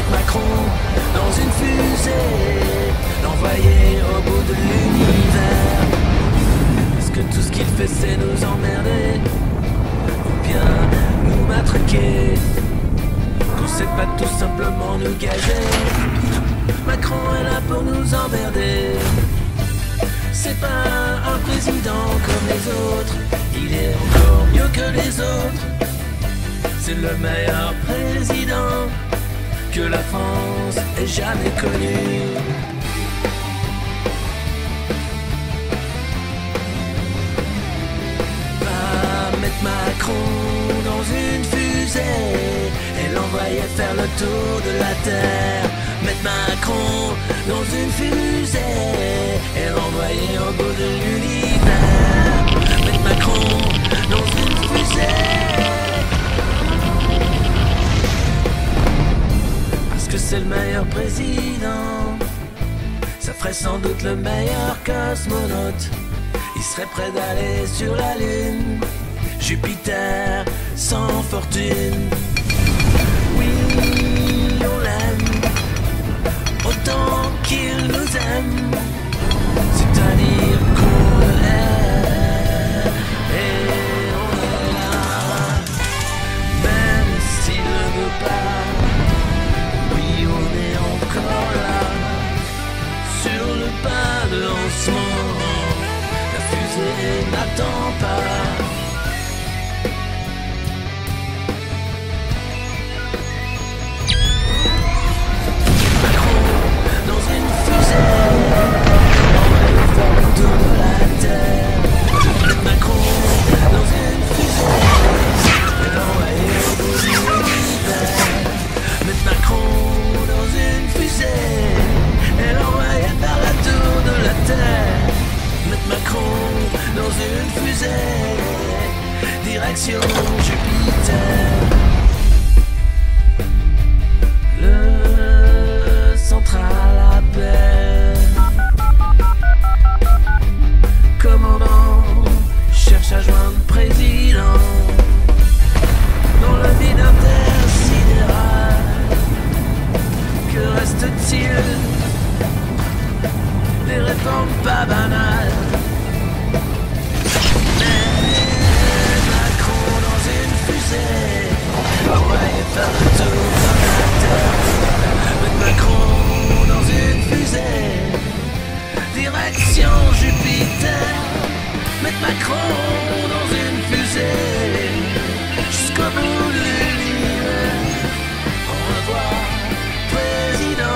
mettre Macron dans une fusée, l'envoyer au bout de l'univers. Est-ce que tout ce qu'il fait c'est nous emmerder, ou bien nous matraquer, qu'on sait pas tout simplement nous gager? Macron est là pour nous emmerder. C'est pas un président comme les autres, il est encore mieux que les autres. C'est le meilleur président que la France ait jamais connu. Va mettre Macron dans une fusée et l'envoyer faire le tour de la terre. Mettre Macron dans une fusée et l'envoyer au bout de l'univers. Mettre Macron dans une fusée, parce que c'est le meilleur président. Ça ferait sans doute le meilleur cosmonaute. Il serait prêt d'aller sur la Lune, Jupiter sans fortune. Oui, on l'aime autant qu'il nous aime, c'est-à-dire qu'on l'aime et on est là, même s'il ne veut pas. Oui, on est encore là, sur le pas de lancement. La fusée n'attend pas. Direction Jupiter. Le central appelle. Commandant cherche à joindre président dans le vide intersidéral. Que reste-t-il des réformes pas banales? Envoyer faire le tour de la terre. Mettre Macron dans une fusée, direction Jupiter. Mettre Macron dans une fusée, jusqu'au bout de l'univers. Au revoir, président.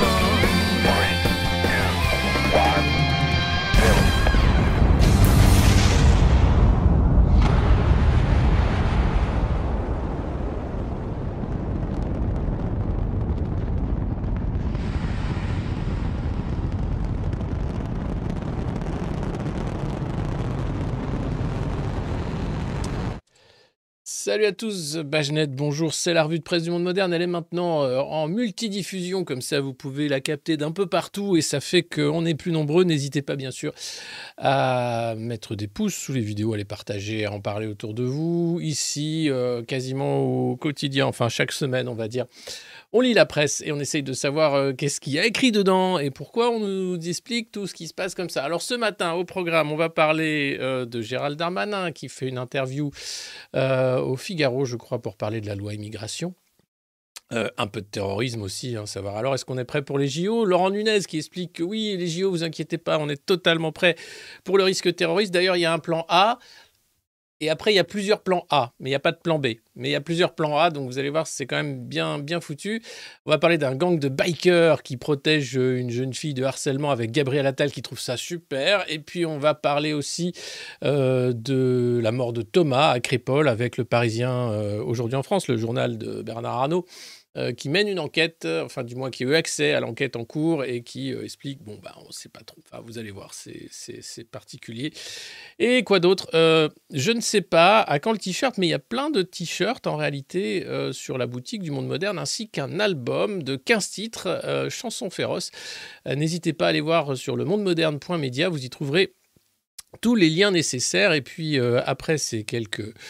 Salut à tous, Bagenette, bonjour, c'est la revue de presse du monde moderne, elle est maintenant en multidiffusion, comme ça vous pouvez la capter d'un peu partout et ça fait qu'on est plus nombreux. N'hésitez pas bien sûr à mettre des pouces sous les vidéos, à les partager, à en parler autour de vous. Ici, quasiment au quotidien, enfin chaque semaine on va dire, on lit la presse et on essaye de savoir qu'est-ce qu'il y a écrit dedans et pourquoi on nous explique tout ce qui se passe comme ça. Alors ce matin au programme, on va parler de Gérald Darmanin qui fait une interview au Figaro, je crois, pour parler de la loi immigration. Un peu de terrorisme aussi, savoir alors est-ce qu'on est prêt pour les JO. Laurent Nunez qui explique que oui, les JO, vous inquiétez pas, on est totalement prêt pour le risque terroriste. D'ailleurs, il y a un plan A. Et après, il y a plusieurs plans A, mais il n'y a pas de plan B. Mais il y a plusieurs plans A, donc vous allez voir, c'est quand même bien foutu. On va parler d'un gang de bikers qui protège une jeune fille de harcèlement avec Gabriel Attal qui trouve ça super. Et puis, on va parler aussi de la mort de Thomas à Crépol avec Le Parisien aujourd'hui en France, le journal de Bernard Arnault, qui mène une enquête, enfin du moins qui a eu accès à l'enquête en cours et qui explique, on ne sait pas trop, enfin vous allez voir, c'est particulier. Et quoi d'autre je ne sais pas à quand le t-shirt, mais il y a plein de t-shirts en réalité sur la boutique du Monde Moderne, ainsi qu'un album de 15 titres, chansons féroces. N'hésitez pas à aller voir sur le mondemoderne.media, vous y trouverez tous les liens nécessaires. Et puis après ces quelques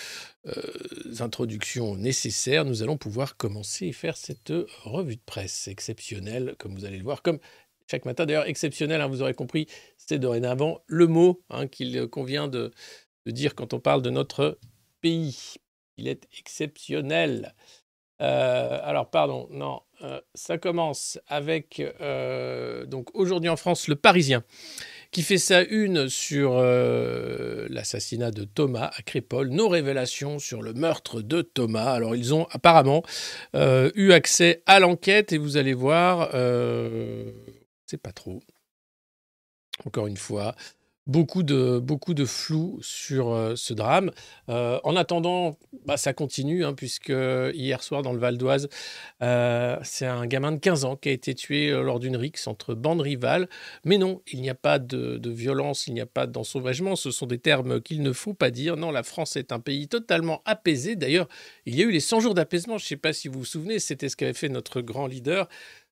introductions nécessaires, nous allons pouvoir commencer et faire cette revue de presse exceptionnelle, comme vous allez le voir, comme chaque matin. D'ailleurs, exceptionnel, vous aurez compris, c'est dorénavant le mot qu'il convient de dire quand on parle de notre pays. Il est exceptionnel. Alors, pardon, non, ça commence avec, donc aujourd'hui en France, Le Parisien, qui fait sa une sur l'assassinat de Thomas à Crépol, nos révélations sur le meurtre de Thomas. Alors, ils ont apparemment eu accès à l'enquête et vous allez voir, c'est pas trop. Encore une fois, beaucoup de flou sur ce drame. En attendant, ça continue, puisque hier soir, dans le Val d'Oise, c'est un gamin de 15 ans qui a été tué lors d'une rixe entre bandes rivales. Mais non, il n'y a pas de violence, il n'y a pas d'ensauvagement. Ce sont des termes qu'il ne faut pas dire. Non, la France est un pays totalement apaisé. D'ailleurs, il y a eu les 100 jours d'apaisement. Je ne sais pas si vous vous souvenez, c'était ce qu'avait fait notre grand leader.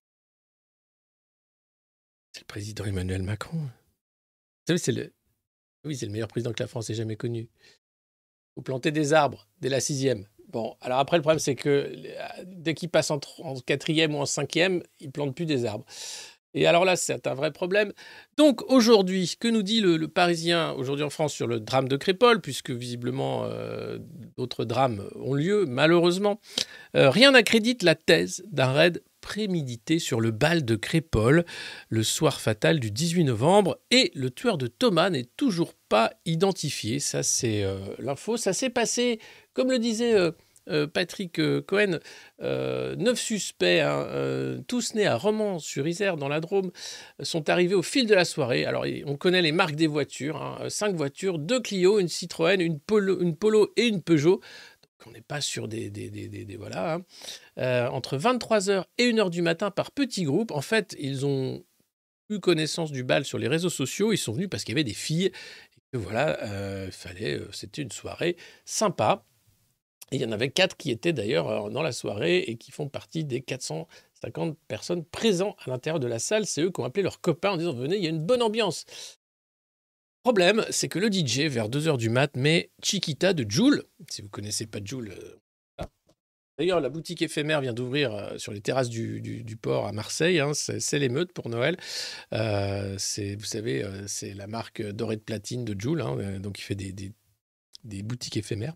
C'est le président Emmanuel Macron. Vous savez, c'est le meilleur président que la France ait jamais connu. Vous plantez des arbres dès la 6e. Bon, alors après, le problème, c'est que dès qu'il passe en 4e ou en 5e, il ne plante plus des arbres. Et alors là, c'est un vrai problème. Donc aujourd'hui, que nous dit le Parisien aujourd'hui en France sur le drame de Crépol, puisque visiblement d'autres drames ont lieu, malheureusement. Rien n'accrédite la thèse d'un raid prémédité sur le bal de Crépol, le soir fatal du 18 novembre, et le tueur de Thomas n'est toujours pas identifié. Ça, c'est l'info. Ça s'est passé, comme le disait Patrick Cohen, 9 suspects, tous nés à Romans-sur-Isère, dans la Drôme, sont arrivés au fil de la soirée. Alors, on connaît les marques des voitures, 5 voitures, 2 Clio, une Citroën, une Polo et une Peugeot. On n'est pas sur des voilà. Entre 23h et 1h du matin par petits groupes. En fait, ils ont eu connaissance du bal sur les réseaux sociaux. Ils sont venus parce qu'il y avait des filles. Et que voilà, c'était une soirée sympa. Et il y en avait 4 qui étaient d'ailleurs dans la soirée et qui font partie des 450 personnes présentes à l'intérieur de la salle. C'est eux qui ont appelé leurs copains en disant « Venez, il y a une bonne ambiance ». Problème, c'est que le DJ, vers 2h du mat, met Chiquita de Jul. Si vous ne connaissez pas Jul... D'ailleurs, la boutique éphémère vient d'ouvrir sur les terrasses du port à Marseille. C'est l'émeute pour Noël. Vous savez, c'est la marque dorée de platine de Jul. Donc, il fait des boutiques éphémères.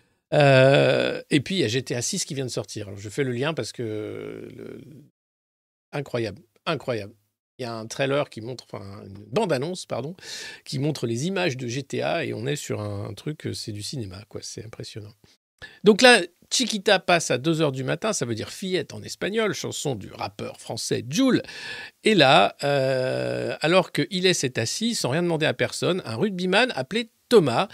Et puis, il y a GTA 6 qui vient de sortir. Alors, je fais le lien parce que... Incroyable. Il y a un trailer qui montre, une bande-annonce, qui montre les images de GTA et on est sur un truc, c'est du cinéma, quoi. C'est impressionnant. Donc là, Chiquita passe à 2h du matin, ça veut dire fillette en espagnol, chanson du rappeur français Jul. Et là, alors que Ilès est assis, sans rien demander à personne, un rugbyman appelé Thomas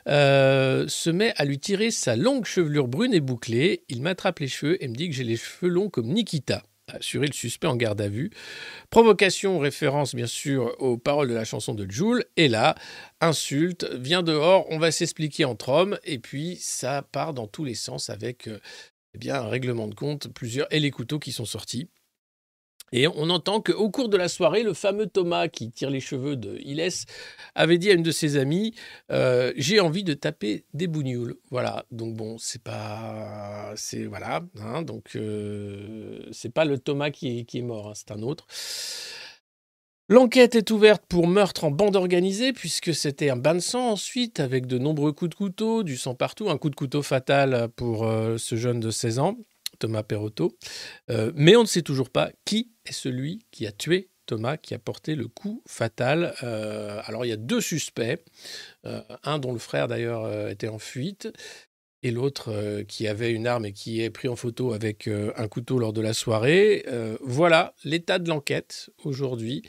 se met à lui tirer sa longue chevelure brune et bouclée. Il m'attrape les cheveux et me dit que j'ai les cheveux longs comme Nikita. A assuré le suspect en garde à vue. Provocation, référence bien sûr aux paroles de la chanson de Jul. Et là, insulte, viens dehors, on va s'expliquer entre hommes. Et puis ça part dans tous les sens avec un règlement de compte, et les couteaux qui sont sortis. Et on entend qu'au cours de la soirée, le fameux Thomas qui tire les cheveux de Ilès avait dit à une de ses amies j'ai envie de taper des bougnoules. Voilà, donc bon, c'est pas... Voilà, donc c'est pas le Thomas qui est mort, c'est un autre. L'enquête est ouverte pour meurtre en bande organisée, puisque c'était un bain de sang ensuite, avec de nombreux coups de couteau, du sang partout, un coup de couteau fatal pour ce jeune de 16 ans. Thomas Perotto. Mais on ne sait toujours pas qui est celui qui a tué Thomas, qui a porté le coup fatal. Alors, il y a 2 suspects, un dont le frère, d'ailleurs, était en fuite, et l'autre qui avait une arme et qui est pris en photo avec un couteau lors de la soirée. Voilà l'état de l'enquête aujourd'hui.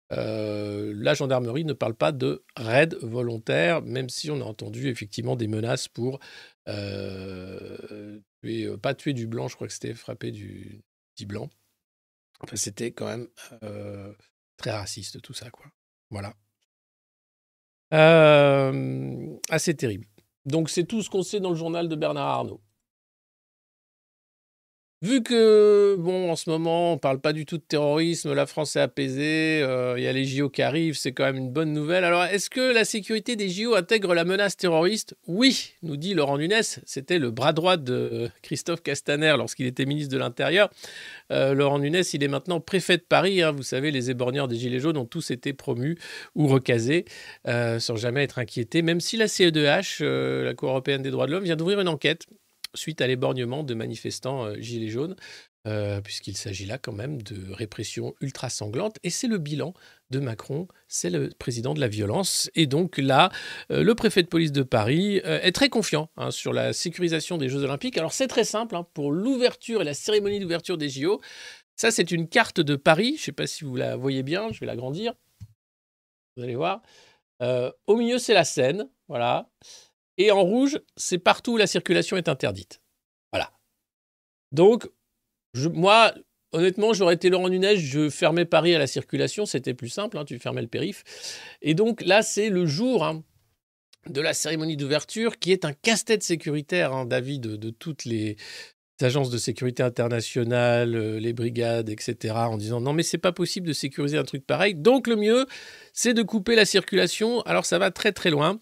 La gendarmerie ne parle pas de raid volontaire, même si on a entendu effectivement des menaces pour pas tuer du blanc, je crois que c'était frapper du petit blanc. Enfin, c'était quand même très raciste tout ça, quoi. Voilà. Assez terrible. Donc c'est tout ce qu'on sait dans le journal de Bernard Arnault. Vu que, bon, en ce moment, on parle pas du tout de terrorisme, la France est apaisée, il y a les JO qui arrivent, c'est quand même une bonne nouvelle. Alors, est-ce que la sécurité des JO intègre la menace terroriste? Oui, nous dit Laurent Nunez. C'était le bras droit de Christophe Castaner lorsqu'il était ministre de l'Intérieur. Laurent Nunez, il est maintenant préfet de Paris. Hein. Vous savez, les éborgneurs des Gilets jaunes ont tous été promus ou recasés sans jamais être inquiétés, même si la CEDH, la Cour européenne des droits de l'homme, vient d'ouvrir une enquête suite à l'éborgnement de manifestants gilets jaunes, puisqu'il s'agit là quand même de répression ultra sanglante. Et c'est le bilan de Macron, c'est le président de la violence. Et donc là, le préfet de police de Paris est très confiant hein, sur la sécurisation des Jeux Olympiques. Alors c'est très simple, hein, pour l'ouverture et la cérémonie d'ouverture des JO, ça c'est une carte de Paris, je ne sais pas si vous la voyez bien, je vais l'agrandir, vous allez voir. Au milieu c'est la Seine, voilà. Et en rouge, c'est partout où la circulation est interdite. Voilà. Donc, moi, honnêtement, j'aurais été Laurent Nunez, je fermais Paris à la circulation, c'était plus simple, hein, tu fermais le périph'. Et donc là, c'est le jour hein, de la cérémonie d'ouverture qui est un casse-tête sécuritaire, hein, d'avis de toutes les agences de sécurité internationale, les brigades, etc., en disant non mais c'est pas possible de sécuriser un truc pareil. Donc le mieux, c'est de couper la circulation. Alors ça va très très loin,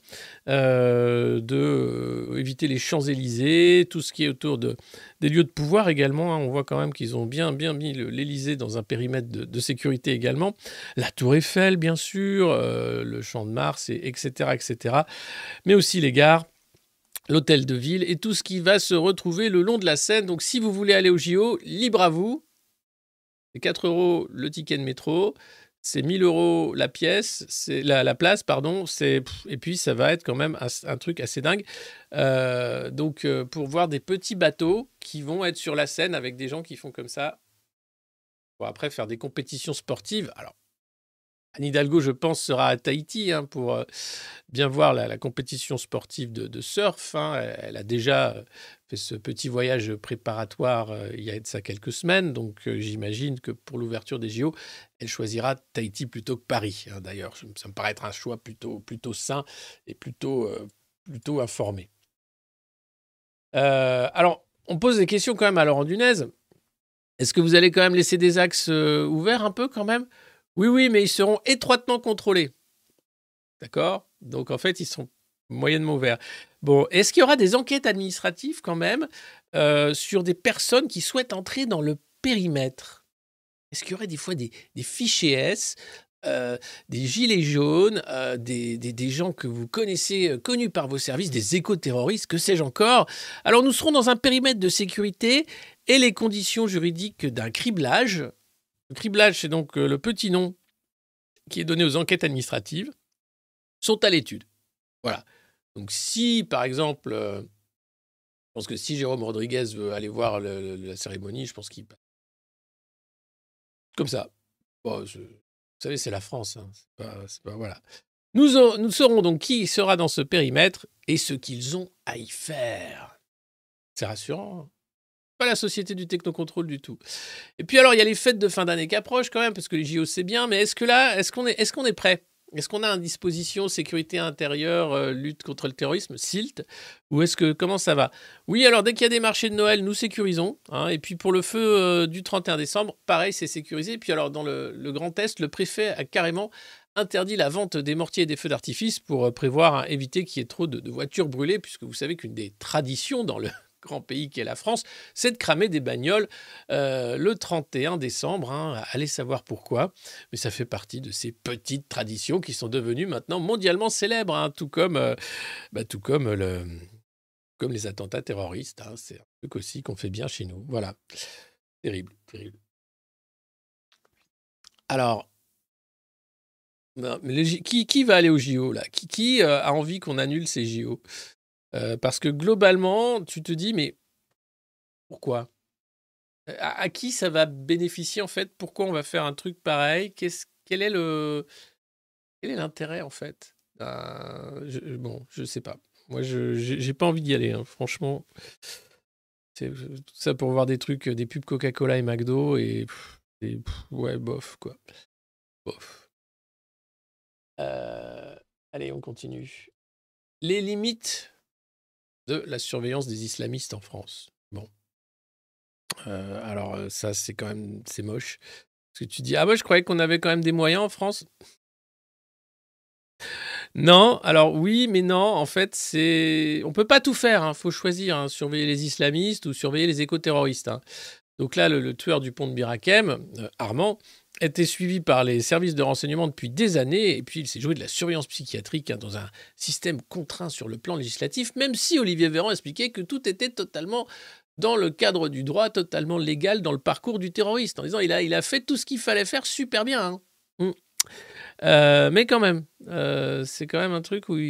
éviter les Champs-Élysées, tout ce qui est autour des lieux de pouvoir également. Hein. On voit quand même qu'ils ont bien mis l'Élysée dans un périmètre de sécurité également. La Tour Eiffel, bien sûr, le Champ de Mars, etc., etc. Mais aussi les gares, l'hôtel de ville et tout ce qui va se retrouver le long de la Seine. Donc si vous voulez aller au JO, libre à vous. C'est 4 € le ticket de métro, c'est 1 000 € la pièce, c'est la place, pardon. Et puis ça va être quand même un truc assez dingue. Donc pour voir des petits bateaux qui vont être sur la Seine avec des gens qui font comme ça. Pour après faire des compétitions sportives. Alors, Anne Hidalgo, je pense, sera à Tahiti hein, pour bien voir la compétition sportive de surf. Hein. Elle a déjà fait ce petit voyage préparatoire il y a de ça quelques semaines. Donc, j'imagine que pour l'ouverture des JO, elle choisira Tahiti plutôt que Paris. Hein, d'ailleurs, ça me paraît être un choix plutôt sain et plutôt informé. Alors, on pose des questions quand même à Laurent Nunez. Est-ce que vous allez quand même laisser des axes ouverts un peu quand même ? Oui, mais ils seront étroitement contrôlés. D'accord ? Donc, en fait, ils sont moyennement ouverts. Bon, est-ce qu'il y aura des enquêtes administratives quand même sur des personnes qui souhaitent entrer dans le périmètre ? Est-ce qu'il y aurait des fois des fichiers S, des gilets jaunes, des gens que vous connaissez, connus par vos services, des éco-terroristes, que sais-je encore ? Alors, nous serons dans un périmètre de sécurité et les conditions juridiques d'un criblage. Le criblage, c'est donc le petit nom qui est donné aux enquêtes administratives, sont à l'étude. Voilà. Donc si, par exemple, je pense que si Jérôme Rodriguez veut aller voir la cérémonie, je pense qu'il passe. Comme ça. Bon, vous savez, c'est la France. Hein. C'est pas, voilà. Nous saurons donc qui sera dans ce périmètre et ce qu'ils ont à y faire. C'est rassurant. Hein. Pas la société du technocontrôle du tout. Et puis alors, il y a les fêtes de fin d'année qui approchent quand même, parce que les JO, c'est bien, mais est-ce qu'on est prêt ? Est-ce qu'on a une disposition sécurité intérieure, lutte contre le terrorisme, SILT ? Ou comment ça va ? Oui, alors dès qu'il y a des marchés de Noël, nous sécurisons. Hein, et puis pour le feu du 31 décembre, pareil, c'est sécurisé. Et puis alors dans le Grand Est, le préfet a carrément interdit la vente des mortiers et des feux d'artifice pour prévoir, éviter qu'il y ait trop de voitures brûlées, puisque vous savez qu'une des traditions dans le grand pays qu'est la France, c'est de cramer des bagnoles le 31 décembre. Hein, allez savoir pourquoi. Mais ça fait partie de ces petites traditions qui sont devenues maintenant mondialement célèbres, hein, tout comme les attentats terroristes. Hein, c'est un truc aussi qu'on fait bien chez nous. Voilà. Terrible. Alors, qui va aller au JO là ? Qui a envie qu'on annule ces JO ? Parce que globalement, tu te dis, mais pourquoi ? À qui ça va bénéficier en fait ? Pourquoi on va faire un truc pareil ? Quel est l'intérêt en fait ? Bon, je sais pas. Moi, j'ai pas envie d'y aller, hein, franchement. C'est tout ça pour voir des trucs, des pubs Coca-Cola et McDo ouais, bof quoi. Bof. Allez, on continue. Les limites de la surveillance des islamistes en France. Bon. Ça, c'est quand même c'est moche. Parce que tu dis: «Ah moi je croyais qu'on avait quand même des moyens en France». Non, alors oui, mais non, en fait, on peut pas tout faire, hein, faut choisir, hein, surveiller les islamistes ou surveiller les éco-terroristes, hein. Donc là, le tueur du pont de Bir Hakeim, Armand, était suivi par les services de renseignement depuis des années, et puis il s'est joué de la surveillance psychiatrique, hein, dans un système contraint sur le plan législatif, même si Olivier Véran expliquait que tout était totalement dans le cadre du droit, totalement légal dans le parcours du terroriste, en disant il a fait tout ce qu'il fallait faire super bien, hein. Mm. Mais quand même, c'est quand même un truc où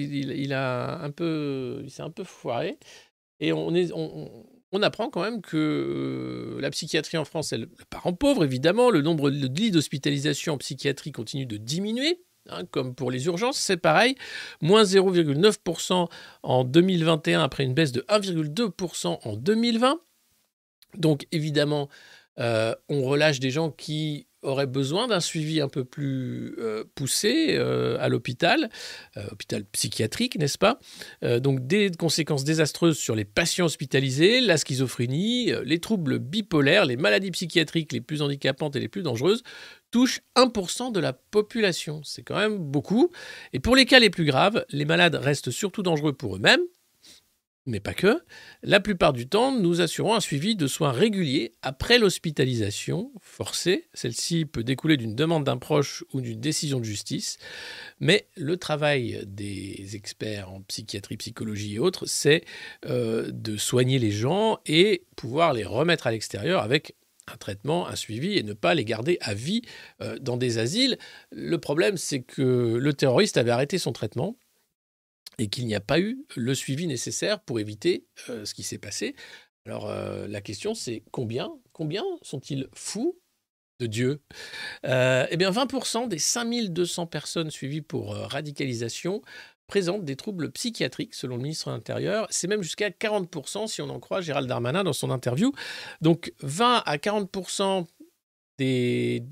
il s'est un peu foiré. Et on apprend quand même que la psychiatrie en France, elle, le parent pauvre, évidemment, le nombre de lits d'hospitalisation en psychiatrie continue de diminuer, hein, comme pour les urgences, c'est pareil. Moins 0,9% en 2021 après une baisse de 1,2% en 2020. Donc évidemment, on relâche des gens qui auraient besoin d'un suivi un peu plus poussé à l'hôpital, hôpital psychiatrique, n'est-ce pas? Donc des conséquences désastreuses sur les patients hospitalisés, la schizophrénie, les troubles bipolaires, les maladies psychiatriques les plus handicapantes et les plus dangereuses touchent 1% de la population. C'est quand même beaucoup. Et pour les cas les plus graves, les malades restent surtout dangereux pour eux-mêmes, mais pas que. La plupart du temps, nous assurons un suivi de soins réguliers après l'hospitalisation forcée. Celle-ci peut découler d'une demande d'un proche ou d'une décision de justice. Mais le travail des experts en psychiatrie, psychologie et autres, c'est de soigner les gens et pouvoir les remettre à l'extérieur avec un traitement, un suivi, et ne pas les garder à vie dans des asiles. Le problème, c'est que le terroriste avait arrêté son traitement et qu'il n'y a pas eu le suivi nécessaire pour éviter ce qui s'est passé. Alors la question c'est combien sont-ils fous de Dieu? Eh bien 20% des 5200 personnes suivies pour radicalisation présentent des troubles psychiatriques selon le ministre de l'Intérieur. C'est même jusqu'à 40% si on en croit Gérald Darmanin dans son interview. Donc 20 à 40% des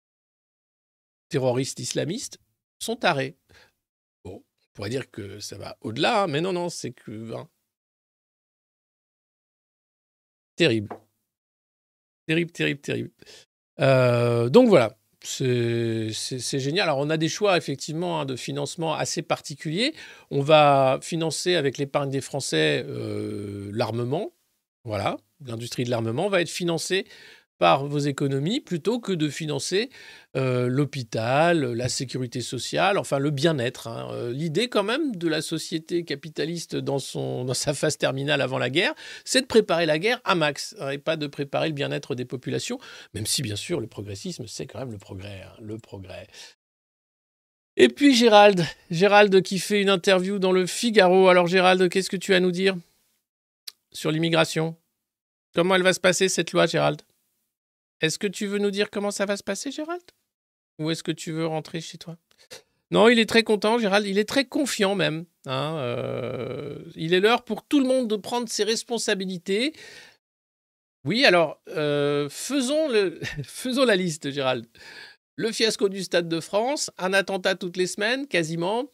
terroristes islamistes sont tarés. Bon, on pourrait dire que ça va au-delà, hein, mais non, c'est que 20. Terrible. Terrible. Donc voilà, c'est génial. Alors on a des choix effectivement, hein, de financement assez particuliers. On va financer avec l'épargne des Français l'armement. Voilà, l'industrie de l'armement va être financée par vos économies plutôt que de financer l'hôpital, la sécurité sociale, enfin le bien-être, hein. L'idée quand même de la société capitaliste dans sa phase terminale avant la guerre, c'est de préparer la guerre à max, hein, et pas de préparer le bien-être des populations, même si bien sûr le progressisme c'est quand même le progrès, hein, le progrès. Et puis Gérald qui fait une interview dans le Figaro. Alors Gérald, qu'est-ce que tu as à nous dire sur l'immigration? Comment elle va se passer cette loi, Gérald? Est-ce que tu veux nous dire comment ça va se passer, Gérald? Ou est-ce que tu veux rentrer chez toi? Non, il est très content, Gérald. Il est très confiant même, hein. Il est l'heure pour tout le monde de prendre ses responsabilités. Oui, alors, faisons la liste, Gérald. Le fiasco du Stade de France, un attentat toutes les semaines, quasiment.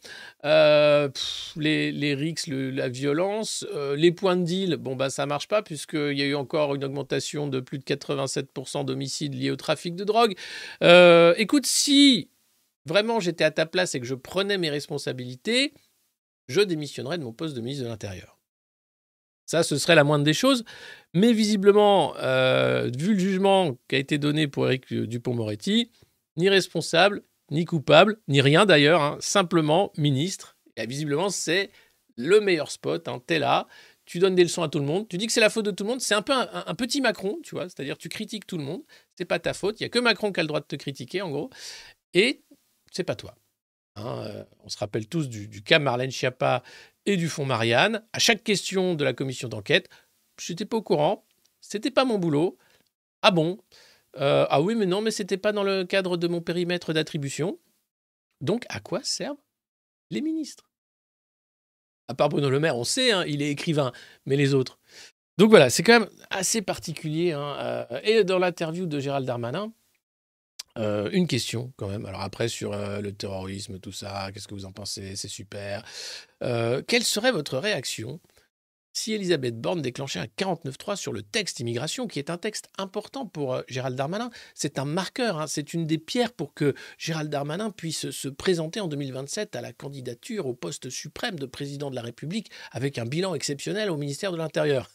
Les rixes, la violence, les points de deal, bon, bah, ça marche pas, puisqu'il y a eu encore une augmentation de plus de 87% d'homicides liés au trafic de drogue. Écoute, si vraiment j'étais à ta place et que je prenais mes responsabilités, je démissionnerais de mon poste de ministre de l'Intérieur. Ça, ce serait la moindre des choses. Mais visiblement, vu le jugement qui a été donné pour Éric Dupond-Moretti, ni responsable, ni coupable, ni rien d'ailleurs, hein, simplement ministre. Et visiblement, c'est le meilleur spot. Hein, t'es là, tu donnes des leçons à tout le monde, tu dis que c'est la faute de tout le monde. C'est un peu un petit Macron, tu vois, c'est-à-dire tu critiques tout le monde, c'est pas ta faute. Il n'y a que Macron qui a le droit de te critiquer, en gros, et c'est pas toi. Hein, on se rappelle tous du cas Marlène Schiappa et du fonds Marianne. À chaque question de la commission d'enquête, je n'étais pas au courant, c'était pas mon boulot. Ah bon? Ah oui, mais non, mais c'était pas dans le cadre de mon périmètre d'attribution. Donc, à quoi servent les ministres? À part Bruno Le Maire, on sait, hein, il est écrivain, mais les autres. Donc voilà, c'est quand même assez particulier, hein. Et dans l'interview de Gérald Darmanin, une question quand même. Alors après, sur le terrorisme, tout ça, qu'est-ce que vous en pensez? C'est super. Quelle serait votre réaction si Elisabeth Borne déclenchait un 49.3 sur le texte immigration, qui est un texte important pour Gérald Darmanin. C'est un marqueur, hein, c'est une des pierres pour que Gérald Darmanin puisse se présenter en 2027 à la candidature au poste suprême de président de la République avec un bilan exceptionnel au ministère de l'Intérieur.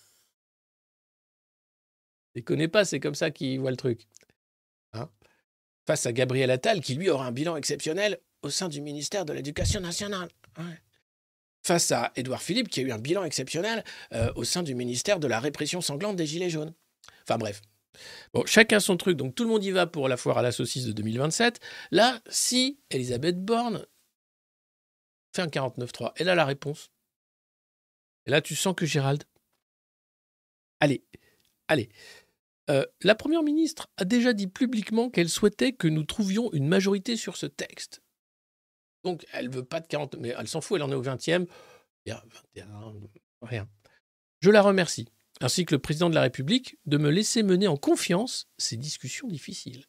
Déconnez pas, c'est comme ça qu'il voit le truc. Hein, face à Gabriel Attal, qui lui aura un bilan exceptionnel au sein du ministère de l'Éducation nationale. Ouais. Face à Édouard Philippe, qui a eu un bilan exceptionnel au sein du ministère de la répression sanglante des Gilets jaunes. Enfin bref. Bon, chacun son truc, donc tout le monde y va pour la foire à la saucisse de 2027. Là, si Elisabeth Borne fait un 49.3, elle a la réponse. Et là, tu sens que Gérald... Allez. La Première ministre a déjà dit publiquement qu'elle souhaitait que nous trouvions une majorité sur ce texte. Donc, elle ne veut pas de 40... Mais elle s'en fout, elle en est au 20e. Il y a 21, rien. Je la remercie, ainsi que le président de la République, de me laisser mener en confiance ces discussions difficiles.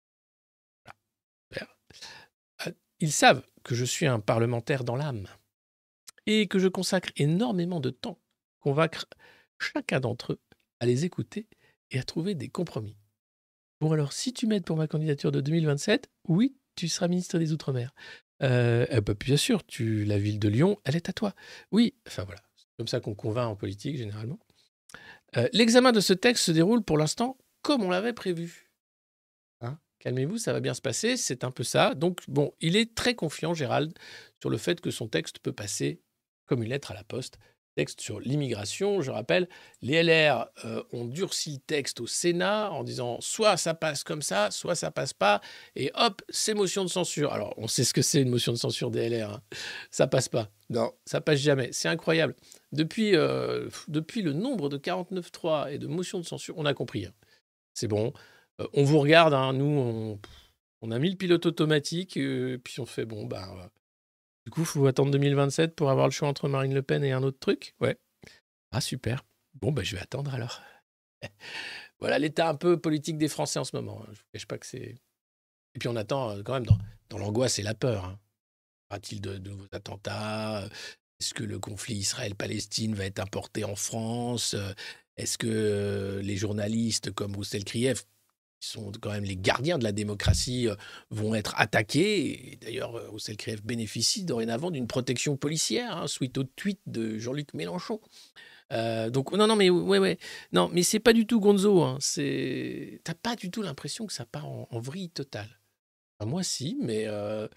Voilà. Ils savent que je suis un parlementaire dans l'âme et que je consacre énormément de temps à convaincre chacun d'entre eux à les écouter et à trouver des compromis. Bon alors, si tu m'aides pour ma candidature de 2027, oui, tu seras ministre des Outre-mer. Bien sûr, la ville de Lyon, elle est à toi. Oui, enfin voilà, c'est comme ça qu'on convainc en politique généralement. L'examen de ce texte se déroule pour l'instant comme on l'avait prévu. Hein, calmez-vous, ça va bien se passer, c'est un peu ça. Donc bon, il est très confiant, Gérald, sur le fait que son texte peut passer comme une lettre à la poste. Texte sur l'immigration, je rappelle, les LR ont durci le texte au Sénat en disant soit ça passe comme ça, soit ça passe pas, et hop, c'est motion de censure. Alors, on sait ce que c'est une motion de censure des LR, hein. Ça passe pas. Non, ça passe jamais. C'est incroyable. Depuis le nombre de 49.3 et de motions de censure, on a compris. Hein. C'est bon. On vous regarde, hein. Nous, on a mis le pilote automatique, puis on fait bon, du coup, il faut attendre 2027 pour avoir le choix entre Marine Le Pen et un autre truc. Ouais. Ah, super. Bon, je vais attendre alors. Voilà l'état un peu politique des Français en ce moment. Je ne vous cache pas que c'est... Et puis on attend quand même dans l'angoisse et la peur. Hein. Y aura-t-il de nouveaux attentats? Est-ce que le conflit Israël-Palestine va être importé en France? Est-ce que les journalistes comme Roussel Krief, qui sont quand même les gardiens de la démocratie, vont être attaqués? Et d'ailleurs, Roussel Krief bénéficie dorénavant d'une protection policière, hein, suite au tweet de Jean-Luc Mélenchon. Donc non, mais ouais. Non, mais c'est pas du tout gonzo. Hein. T'as pas du tout l'impression que ça part en vrille totale. Enfin, moi, si, mais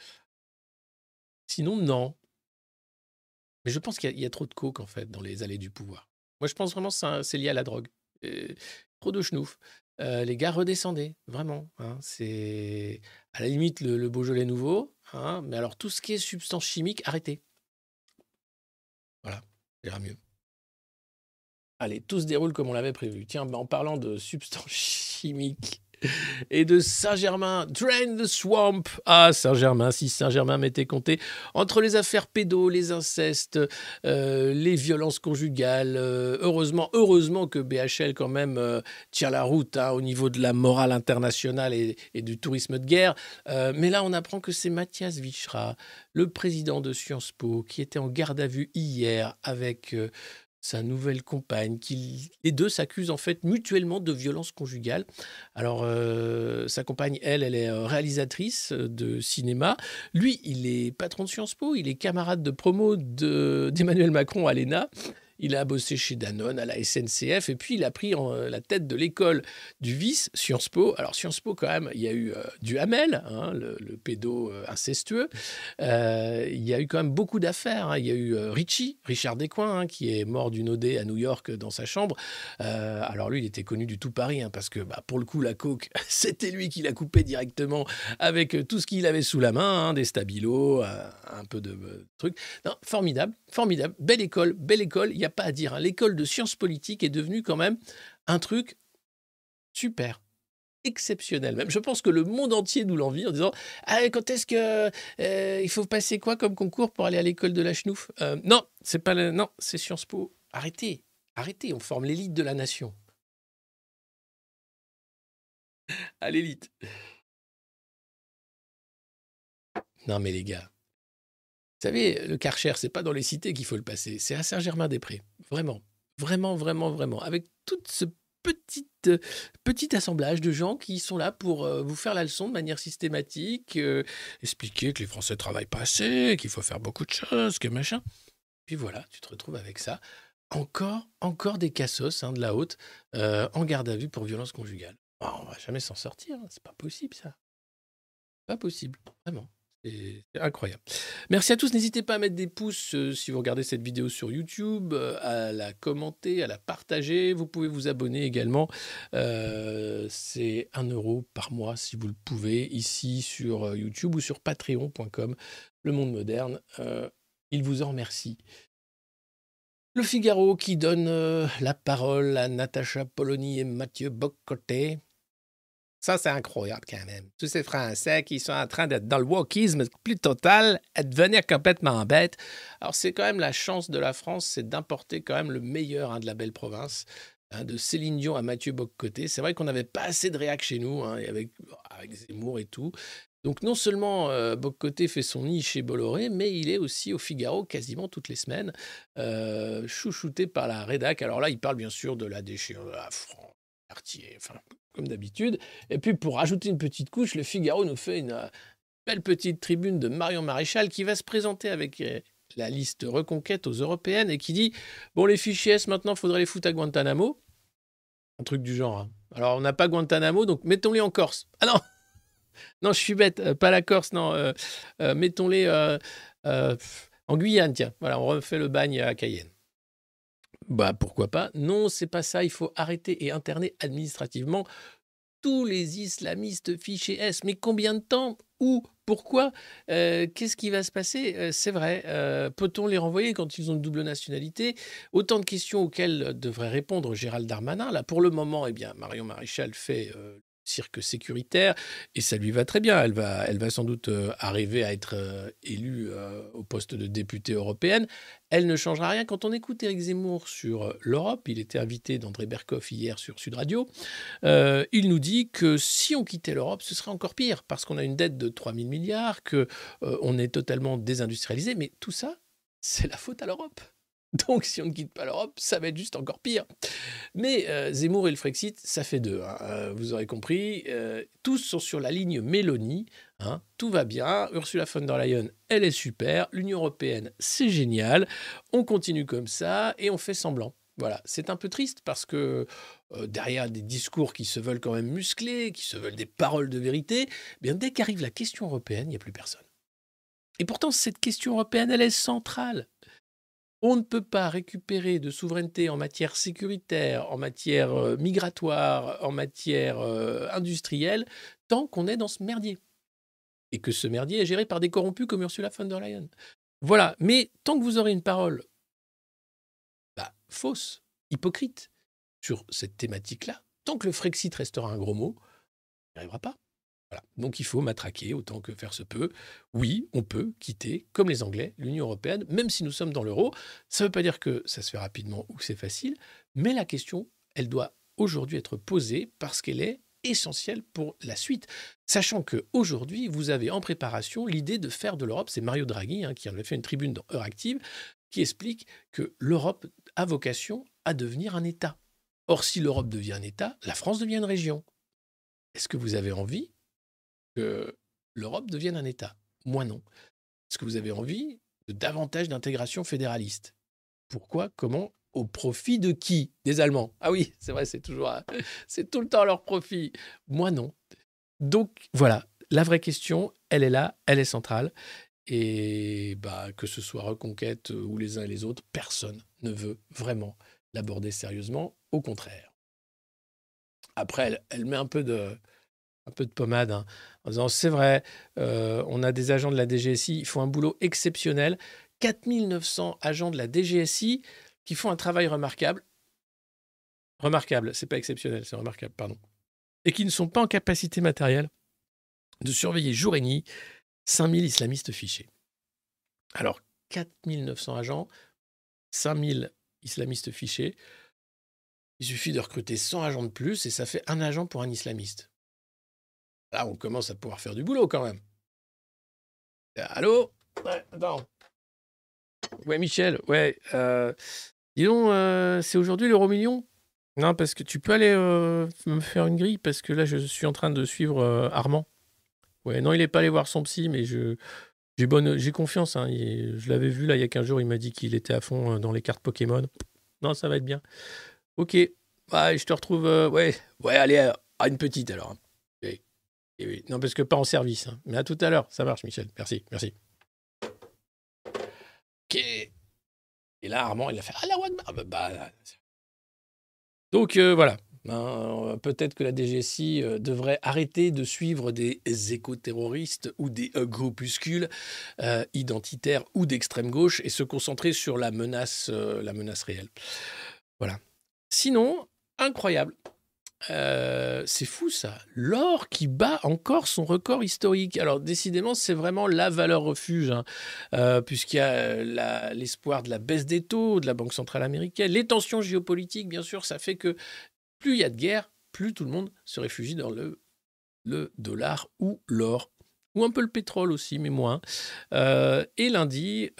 sinon, non. Mais je pense qu'il y a trop de coke, en fait, dans les allées du pouvoir. Moi, je pense vraiment que c'est lié à la drogue. Trop de schnouf. Les gars, redescendez, vraiment. Hein, c'est à la limite le Beaujolais nouveau. Hein, mais alors, tout ce qui est substance chimique, arrêtez. Voilà, ça ira mieux. Allez, tout se déroule comme on l'avait prévu. Tiens, en parlant de substances chimiques et de Saint-Germain, Drain the Swamp. Ah, Saint-Germain, si Saint-Germain m'était compté. Entre les affaires pédos, les incestes, les violences conjugales, heureusement que BHL quand même tient la route, hein, au niveau de la morale internationale et du tourisme de guerre. Mais là, on apprend que c'est Mathias Vichra, le président de Sciences Po, qui était en garde à vue hier avec... sa nouvelle compagne, les deux s'accusent en fait mutuellement de violence conjugale. Alors, sa compagne, elle est réalisatrice de cinéma. Lui, il est patron de Sciences Po, il est camarade de promo d'Emmanuel Macron à l'ENA. Il a bossé chez Danone, à la SNCF, et puis il a pris la tête de l'école du vice, Sciences Po. Alors Sciences Po, quand même, il y a eu du Hamel, hein, le pédo incestueux. Il y a eu quand même beaucoup d'affaires. Hein. Il y a eu Richard Descoings, hein, qui est mort d'une OD à New York dans sa chambre. Alors lui, il était connu du tout Paris, hein, parce que pour le coup, la coke, c'était lui qui l'a coupé directement avec tout ce qu'il avait sous la main, hein, des stabilos, un peu de trucs. Non, formidable. Belle école. Il n'y a pas à dire. Hein. L'école de sciences politiques est devenue quand même un truc super, exceptionnel. Même, je pense que le monde entier nous l'envie en disant quand est-ce que il faut passer quoi comme concours pour aller à l'école de la chenouf? Non, c'est pas non, c'est Sciences Po. Arrêtez. On forme l'élite de la nation. À l'élite. Non mais les gars. Vous savez, le Karcher, c'est pas dans les cités qu'il faut le passer, c'est à Saint-Germain-des-Prés. Vraiment. Vraiment, vraiment, vraiment. Avec tout ce petit assemblage de gens qui sont là pour vous faire la leçon de manière systématique, expliquer que les Français travaillent pas assez, qu'il faut faire beaucoup de choses, que machin. Puis voilà, tu te retrouves avec ça. Encore des cassos de la haute en garde à vue pour violence conjugale. Oh, on va jamais s'en sortir, hein, c'est pas possible ça. Pas possible, vraiment. C'est incroyable. Merci à tous. N'hésitez pas à mettre des pouces si vous regardez cette vidéo sur YouTube, à la commenter, à la partager. Vous pouvez vous abonner également. C'est 1 euro par mois si vous le pouvez, ici sur YouTube ou sur patreon.com. Le Monde Moderne, il vous en remercie. Le Figaro qui donne la parole à Natacha Polony et Mathieu Bock-Côté. Ça, c'est incroyable quand même. Tous ces Français qui sont en train d'être dans le wokisme plus total et de devenir complètement bêtes. Alors, c'est quand même la chance de la France, c'est d'importer quand même le meilleur de la belle province. De Céline Dion à Mathieu Bock-Côté. C'est vrai qu'on n'avait pas assez de réac chez nous, avec Zemmour et tout. Donc, non seulement Bock-Côté fait son nid chez Bolloré, mais il est aussi au Figaro quasiment toutes les semaines, chouchouté par la rédac. Alors là, il parle bien sûr de la déchirure de la France, quartier, enfin, comme d'habitude. Et puis, pour rajouter une petite couche, le Figaro nous fait une belle petite tribune de Marion Maréchal qui va se présenter avec la liste Reconquête aux européennes et qui dit « Bon, les fichiers S, maintenant, il faudrait les foutre à Guantanamo. » Un truc du genre. Hein. Alors, on n'a pas Guantanamo, donc mettons-les en Corse. Ah non non, je suis bête, pas la Corse, non. Mettons-les en Guyane, tiens. Voilà, on refait le bagne à Cayenne. Bah, pourquoi pas? Non, c'est pas ça. Il faut arrêter et interner administrativement tous les islamistes fichés S. Mais combien de temps? Où? Pourquoi? Qu'est-ce qui va se passer? C'est vrai. Peut-on les renvoyer quand ils ont une double nationalité? Autant de questions auxquelles devrait répondre Gérald Darmanin. Là, pour le moment, eh bien, Marion Maréchal fait cirque sécuritaire et ça lui va très bien. Elle va sans doute arriver à être élue au poste de députée européenne. Elle ne changera rien. Quand on écoute Éric Zemmour sur l'Europe, il était invité d'André Berkoff hier sur Sud Radio, il nous dit que si on quittait l'Europe, ce serait encore pire parce qu'on a une dette de 3 000 milliards, qu'on est totalement désindustrialisé. Mais tout ça, c'est la faute à l'Europe. Donc, si on ne quitte pas l'Europe, ça va être juste encore pire. Mais Zemmour et le Frexit, ça fait deux. Vous aurez compris. Tous sont sur la ligne Mélanie. Tout va bien. Ursula von der Leyen, elle est super. L'Union européenne, c'est génial. On continue comme ça et on fait semblant. Voilà, c'est un peu triste parce que derrière des discours qui se veulent quand même musclés, qui se veulent des paroles de vérité, bien dès qu'arrive la question européenne, il n'y a plus personne. Et pourtant, cette question européenne, elle est centrale. On ne peut pas récupérer de souveraineté en matière sécuritaire, en matière migratoire, en matière industrielle, tant qu'on est dans ce merdier. Et que ce merdier est géré par des corrompus comme Ursula von der Leyen. Voilà, mais tant que vous aurez une parole fausse, hypocrite, sur cette thématique-là, tant que le Frexit restera un gros mot, il n'y arrivera pas. Voilà. Donc il faut matraquer autant que faire se peut. Oui, on peut quitter, comme les Anglais, l'Union européenne, même si nous sommes dans l'euro. Ça ne veut pas dire que ça se fait rapidement ou que c'est facile, mais la question, elle doit aujourd'hui être posée parce qu'elle est essentielle pour la suite. Sachant qu'aujourd'hui, vous avez en préparation l'idée de faire de l'Europe, c'est Mario Draghi qui en a fait une tribune dans Heure Active, qui explique que l'Europe a vocation à devenir un État. Or, si l'Europe devient un État, la France devient une région. Est-ce que vous avez envie que l'Europe devienne un État? Moi, non. Est-ce que vous avez envie de davantage d'intégration fédéraliste? Pourquoi? Comment? Au profit de qui? Des Allemands. Ah oui, c'est vrai, c'est tout le temps leur profit. Moi, non. Donc, voilà, la vraie question, elle est là, elle est centrale. Et que ce soit Reconquête ou les uns et les autres, personne ne veut vraiment l'aborder sérieusement. Au contraire. Après, elle met un peu de pommade en disant c'est vrai, on a des agents de la DGSI, ils font un boulot exceptionnel. 4900 agents de la DGSI qui font un travail remarquable. Remarquable, c'est pas exceptionnel, c'est remarquable, pardon. Et qui ne sont pas en capacité matérielle de surveiller jour et nuit 5000 islamistes fichés. Alors, 4900 agents, 5000 islamistes fichés. Il suffit de recruter 100 agents de plus et ça fait un agent pour un islamiste. Là, on commence à pouvoir faire du boulot quand même. Allô? Ouais, attends. Ouais, Michel, ouais. Dis donc, c'est aujourd'hui l'euro-million? Non, parce que tu peux aller me faire une grille, parce que là, je suis en train de suivre Armand. Ouais, non, il est pas allé voir son psy, mais j'ai confiance. Hein, je l'avais vu là il y a 15 jours, il m'a dit qu'il était à fond dans les cartes Pokémon. Non, ça va être bien. Ok, ouais, je te retrouve. Ouais, allez, à une petite alors. Oui, oui. Non, parce que pas en service. Hein. Mais à tout à l'heure, ça marche, Michel. Merci, merci. Ok. Et là, Armand, il a fait Ah la Wagmar. Donc voilà. Ben, peut-être que la DGSI devrait arrêter de suivre des éco-terroristes ou des groupuscules identitaires ou d'extrême gauche et se concentrer sur la menace réelle. Voilà. Sinon, incroyable. C'est fou ça. L'or qui bat encore son record historique. Alors décidément, c'est vraiment la valeur refuge, hein, puisqu'il y a l'espoir de la baisse des taux de la Banque centrale américaine. Les tensions géopolitiques, bien sûr, ça fait que plus il y a de guerre, plus tout le monde se réfugie dans le dollar ou l'or. Ou un peu le pétrole aussi, mais moins. Et lundi,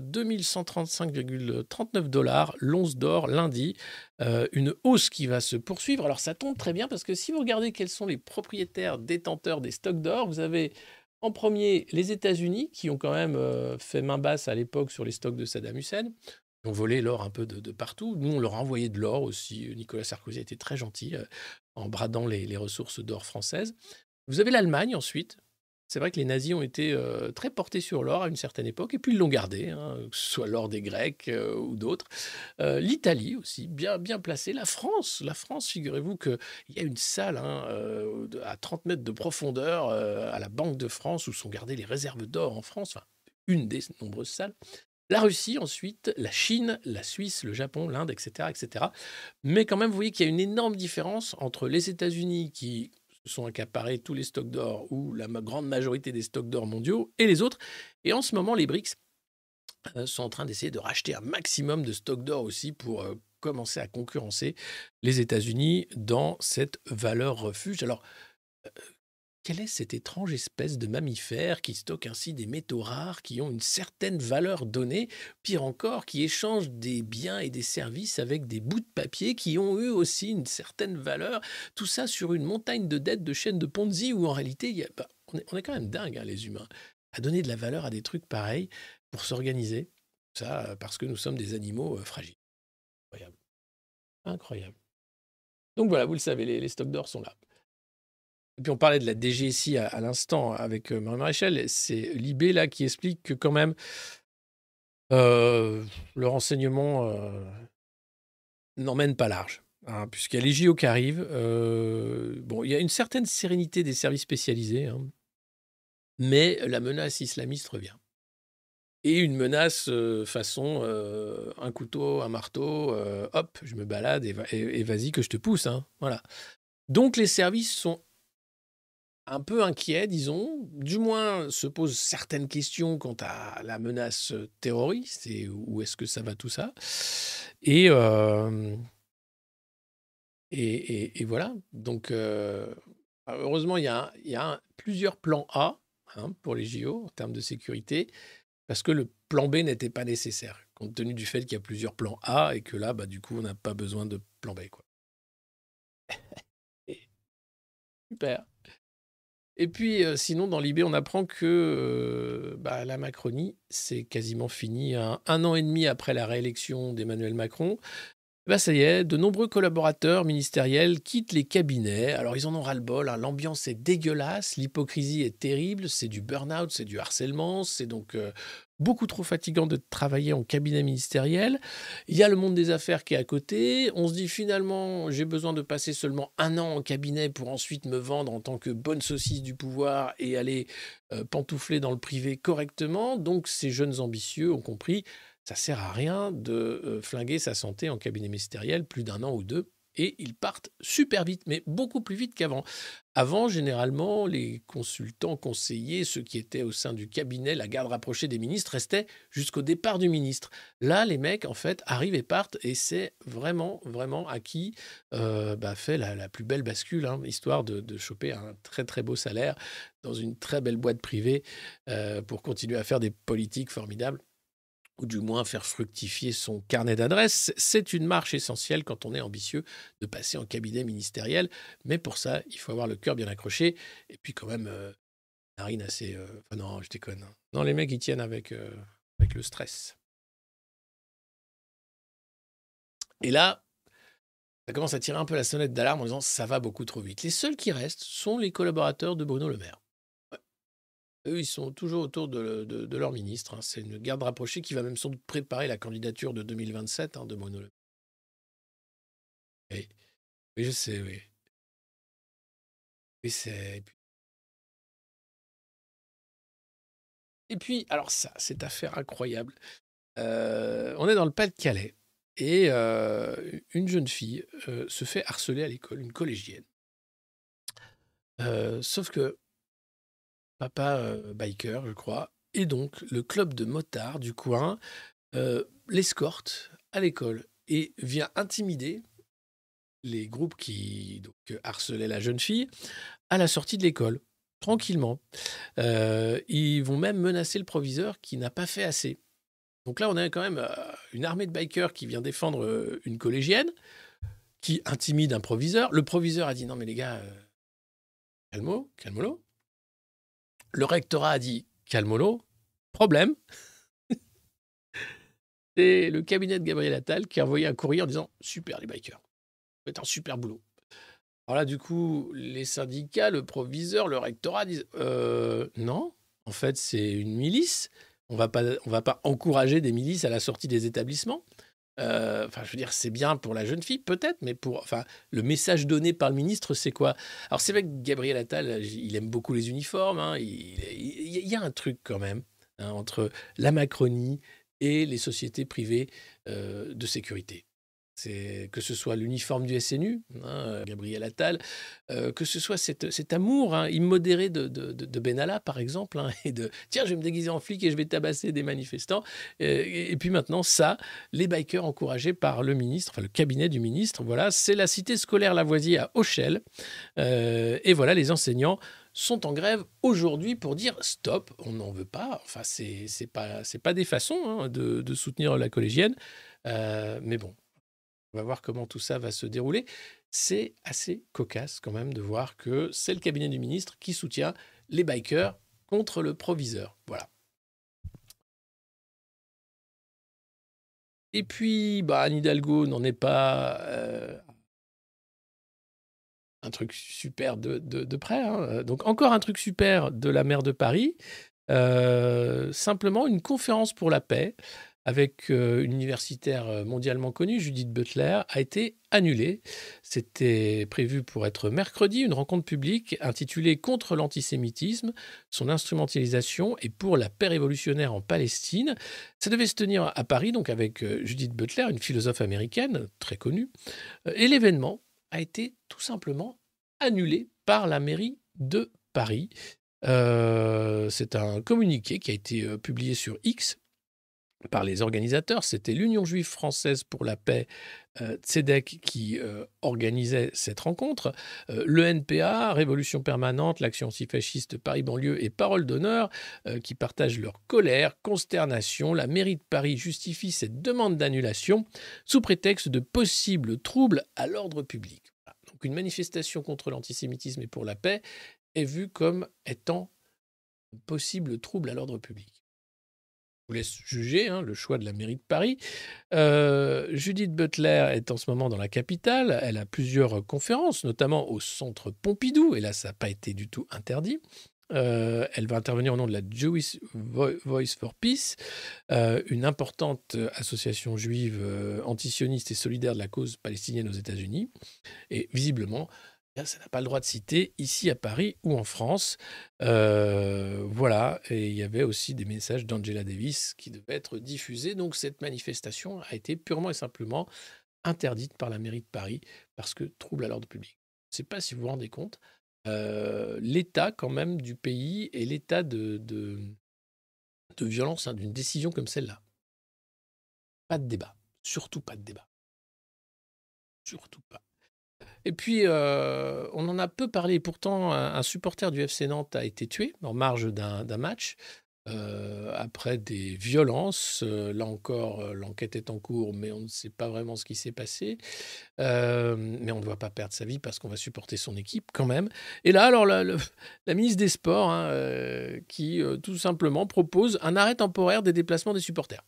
2135,39 dollars l'once d'or, lundi. Une hausse qui va se poursuivre. Alors ça tombe très bien parce que si vous regardez quels sont les propriétaires détenteurs des stocks d'or, vous avez en premier les États-Unis qui ont quand même fait main basse à l'époque sur les stocks de Saddam Hussein. Ils ont volé l'or un peu de partout. Nous, on leur a envoyé de l'or aussi. Nicolas Sarkozy a été très gentil en bradant les ressources d'or françaises. Vous avez l'Allemagne ensuite. C'est vrai que les nazis ont été très portés sur l'or à une certaine époque, et puis ils l'ont gardé, hein, que ce soit l'or des Grecs ou d'autres. L'Italie aussi, bien, bien placée. La France, figurez-vous qu'il y a une salle à 30 mètres de profondeur à la Banque de France où sont gardées les réserves d'or en France, enfin, une des nombreuses salles. La Russie ensuite, la Chine, la Suisse, le Japon, l'Inde, etc., etc. Mais quand même, vous voyez qu'il y a une énorme différence entre les États-Unis qui se sont accaparés tous les stocks d'or ou la grande majorité des stocks d'or mondiaux et les autres. Et en ce moment, les BRICS sont en train d'essayer de racheter un maximum de stocks d'or aussi pour commencer à concurrencer les États-Unis dans cette valeur refuge. Alors, quelle est cette étrange espèce de mammifère qui stocke ainsi des métaux rares qui ont une certaine valeur donnée, pire encore, qui échange des biens et des services avec des bouts de papier qui ont eu aussi une certaine valeur, tout ça sur une montagne de dettes de chaînes de Ponzi où en réalité, on est quand même dingue, hein, les humains, à donner de la valeur à des trucs pareils pour s'organiser, ça parce que nous sommes des animaux fragiles. Incroyable. Incroyable. Donc voilà, vous le savez, les stocks d'or sont là. Et puis on parlait de la DGSI à l'instant avec Marie Maréchal, c'est Libé là qui explique que quand même le renseignement n'emmène pas large, hein, puisqu'il y a les JO qui arrivent. Bon, il y a une certaine sérénité des services spécialisés, hein, mais la menace islamiste revient. Et une menace façon un couteau, un marteau, hop, je me balade et vas-y que je te pousse. Hein, voilà. Donc les services sont un peu inquiet, disons, du moins se pose certaines questions quant à la menace terroriste et où est-ce que ça va tout ça. Et, et voilà. Donc, heureusement, il y a plusieurs plans A pour les JO en termes de sécurité, parce que le plan B n'était pas nécessaire, compte tenu du fait qu'il y a plusieurs plans A et que là, du coup, on n'a pas besoin de plan B, quoi. Et super. Et puis, sinon, dans l'IB, on apprend que la Macronie, c'est quasiment fini. Un an et demi après la réélection d'Emmanuel Macron, ça y est, de nombreux collaborateurs ministériels quittent les cabinets. Alors, ils en ont ras-le-bol, hein, l'ambiance est dégueulasse, l'hypocrisie est terrible, c'est du burn-out, c'est du harcèlement, c'est donc beaucoup trop fatigant de travailler en cabinet ministériel. Il y a le monde des affaires qui est à côté. On se dit finalement, j'ai besoin de passer seulement un an en cabinet pour ensuite me vendre en tant que bonne saucisse du pouvoir et aller pantoufler dans le privé correctement. Donc, ces jeunes ambitieux ont compris ça sert à rien de flinguer sa santé en cabinet ministériel plus d'un an ou deux. Et ils partent super vite, mais beaucoup plus vite qu'avant. Avant, généralement, les consultants, conseillers, ceux qui étaient au sein du cabinet, la garde rapprochée des ministres, restaient jusqu'au départ du ministre. Là, les mecs, en fait, arrivent et partent, et c'est vraiment, vraiment à qui fait la plus belle bascule, hein, histoire de choper un très, très beau salaire dans une très belle boîte privée pour continuer à faire des politiques formidables. ou du moins faire fructifier son carnet d'adresses. C'est une marche essentielle quand on est ambitieux de passer en cabinet ministériel. Mais pour ça, il faut avoir le cœur bien accroché et puis quand même narine assez... Enfin non, je déconne, hein. Non, les mecs, ils tiennent avec le stress. Et là, ça commence à tirer un peu la sonnette d'alarme en disant ça va beaucoup trop vite. Les seuls qui restent sont les collaborateurs de Bruno Le Maire. Ouais. Eux, ils sont toujours autour de leur ministre, hein. C'est une garde rapprochée qui va même sans doute préparer la candidature de 2027, hein, de Bruno Le Maire. Oui, oui, je sais, oui. Oui, c'est... Et puis, alors ça, cette affaire incroyable. On est dans le Pas-de-Calais et une jeune fille se fait harceler à l'école, une collégienne. Sauf que papa biker, je crois, et donc le club de motards du coin l'escorte à l'école et vient intimider les groupes qui donc, harcelaient la jeune fille à la sortie de l'école, tranquillement. Ils vont même menacer le proviseur qui n'a pas fait assez. Donc là, on a quand même une armée de bikers qui vient défendre une collégienne, qui intimide un proviseur. Le proviseur a dit non mais les gars, calmolo. Le rectorat a dit calmolo. Problème, c'est le cabinet de Gabriel Attal qui a envoyé un courrier en disant super les bikers, vous faites un super boulot. Alors là, du coup, les syndicats, le proviseur, le rectorat disent non, en fait, c'est une milice. On va pas encourager des milices à la sortie des établissements. Enfin, je veux dire, c'est bien pour la jeune fille, peut-être, mais enfin, le message donné par le ministre, c'est quoi? Alors, c'est vrai que Gabriel Attal, il aime beaucoup les uniformes, hein, il y a un truc quand même, hein, entre la Macronie et les sociétés privées de sécurité. C'est que ce soit l'uniforme du SNU, hein, Gabriel Attal, que ce soit cet amour, hein, immodéré de Benalla, par exemple, hein, et de tiens, je vais me déguiser en flic et je vais tabasser des manifestants. Et puis maintenant, ça, les bikers encouragés par le ministre, enfin le cabinet du ministre, voilà, c'est la cité scolaire Lavoisier à Auchel. Et voilà, les enseignants sont en grève aujourd'hui pour dire stop, on n'en veut pas. Enfin, c'est pas des façons hein, de soutenir la collégienne, mais bon. On va voir comment tout ça va se dérouler. C'est assez cocasse quand même de voir que c'est le cabinet du ministre qui soutient les bikers contre le proviseur. Voilà. Et puis, Anne Hidalgo n'en est pas un truc super de près, hein. Donc encore un truc super de la maire de Paris. Simplement une conférence pour la paix avec une universitaire mondialement connue, Judith Butler, a été annulée. C'était prévu pour être mercredi, une rencontre publique intitulée Contre l'antisémitisme, son instrumentalisation et pour la paix révolutionnaire en Palestine. Ça devait se tenir à Paris, donc avec Judith Butler, une philosophe américaine très connue. Et l'événement a été tout simplement annulé par la mairie de Paris. C'est un communiqué qui a été publié sur X par les organisateurs. C'était l'Union juive française pour la paix, Tzedek, qui organisait cette rencontre. Le NPA, Révolution permanente, l'Action antifasciste Paris-Banlieue et Parole d'honneur, qui partagent leur colère, consternation. La mairie de Paris justifie cette demande d'annulation sous prétexte de possibles troubles à l'ordre public. Voilà. Donc une manifestation contre l'antisémitisme et pour la paix est vue comme étant un possible trouble à l'ordre public. Je vous laisse juger le choix de la mairie de Paris. Judith Butler est en ce moment dans la capitale. Elle a plusieurs conférences, notamment au centre Pompidou. Et là, ça n'a pas été du tout interdit. Elle va intervenir au nom de la Jewish Voice for Peace, une importante association juive antisioniste et solidaire de la cause palestinienne aux États-Unis. Et visiblement, ça n'a pas le droit de citer ici à Paris ou en France. Voilà, et il y avait aussi des messages d'Angela Davis qui devaient être diffusés. Donc cette manifestation a été purement et simplement interdite par la mairie de Paris parce que trouble à l'ordre public. Je ne sais pas si vous vous rendez compte, l'état quand même du pays et l'état de violence d'une décision comme celle-là. Pas de débat, surtout pas de débat. Surtout pas. Et puis, on en a peu parlé. Pourtant, un supporter du FC Nantes a été tué en marge d'un match. après des violences. Là encore, l'enquête est en cours, mais on ne sait pas vraiment ce qui s'est passé. Mais on ne doit pas perdre sa vie parce qu'on va supporter son équipe quand même. Et là, alors, la ministre des Sports, hein, qui tout simplement propose un arrêt temporaire des déplacements des supporters.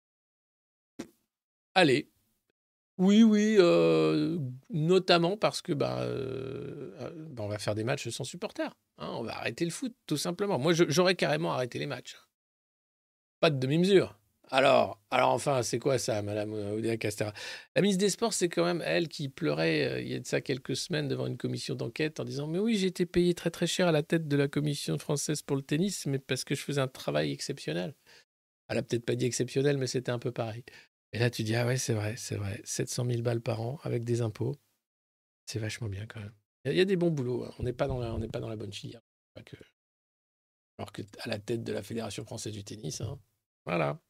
Allez. Oui, oui, notamment parce que on va faire des matchs sans supporters. Hein, on va arrêter le foot, tout simplement. Moi, j'aurais carrément arrêté les matchs. Pas de demi-mesure. Alors enfin, c'est quoi ça, Madame Oudéa Castéra? La ministre des Sports, c'est quand même elle qui pleurait il y a de ça quelques semaines devant une commission d'enquête en disant mais oui, j'ai été payée très très cher à la tête de la commission française pour le tennis, mais parce que je faisais un travail exceptionnel. Elle a peut-être pas dit exceptionnel, mais c'était un peu pareil. Et là, tu dis ah ouais, c'est vrai, 700 000 balles par an avec des impôts, c'est vachement bien quand même. Il y a des bons boulots, hein. On n'est pas dans la bonne filière. Pas que- Alors que à la tête de la Fédération française du tennis, hein. Voilà.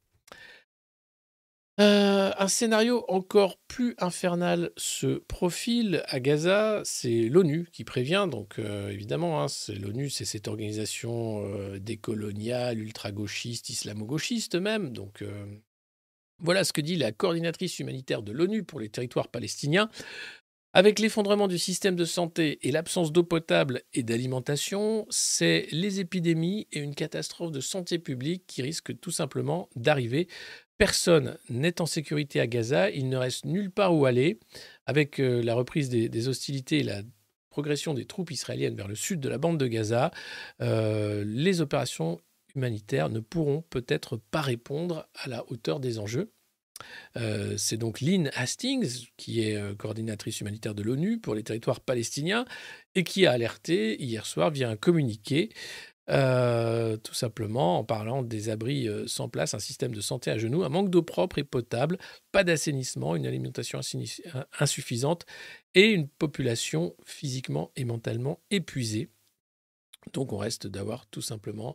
Un scénario encore plus infernal se profile à Gaza, c'est l'ONU qui prévient. Donc évidemment, hein, c'est l'ONU, c'est cette organisation décoloniale, ultra-gauchiste, islamo-gauchiste même. Donc voilà ce que dit la coordinatrice humanitaire de l'ONU pour les territoires palestiniens. Avec l'effondrement du système de santé et l'absence d'eau potable et d'alimentation, c'est les épidémies et une catastrophe de santé publique qui risquent tout simplement d'arriver. Personne n'est en sécurité à Gaza, il ne reste nulle part où aller. Avec la reprise des hostilités et la progression des troupes israéliennes vers le sud de la bande de Gaza, les opérations humanitaires ne pourront peut-être pas répondre à la hauteur des enjeux. C'est donc Lynn Hastings, qui est coordinatrice humanitaire de l'ONU pour les territoires palestiniens, et qui a alerté hier soir via un communiqué, tout simplement en parlant des abris sans place, un système de santé à genoux, un manque d'eau propre et potable, pas d'assainissement, une alimentation insuffisante et une population physiquement et mentalement épuisée. Donc on reste d'avoir tout simplement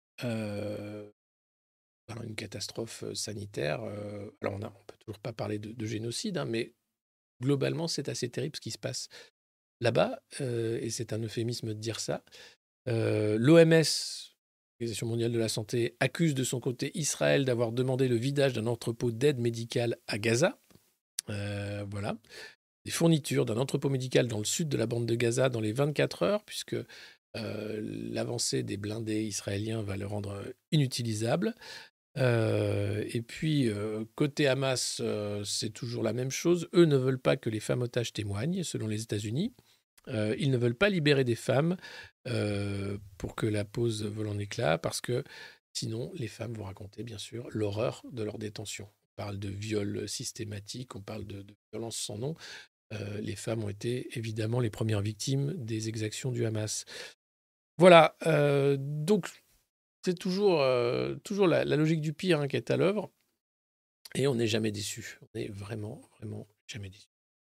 une catastrophe sanitaire. Alors, on ne peut toujours pas parler de génocide, hein, mais globalement, c'est assez terrible ce qui se passe là-bas, et c'est un euphémisme de dire ça. L'OMS, l'Organisation mondiale de la santé, accuse de son côté Israël d'avoir demandé le vidage d'un entrepôt d'aide médicale à Gaza. Voilà. Des fournitures d'un entrepôt médical dans le sud de la bande de Gaza dans les 24 heures, puisque l'avancée des blindés israéliens va le rendre inutilisable. Et puis, côté Hamas, c'est toujours la même chose. Eux ne veulent pas que les femmes otages témoignent, selon les États-Unis. Ils ne veulent pas libérer des femmes pour que la pause vole en éclats, parce que sinon, les femmes vont raconter, bien sûr, l'horreur de leur détention. On parle de viols systématiques, on parle de violences sans nom. Les femmes ont été évidemment les premières victimes des exactions du Hamas. Voilà, donc c'est toujours la logique du pire, hein, qui est à l'œuvre, et on n'est jamais déçu. On n'est vraiment, vraiment jamais déçu.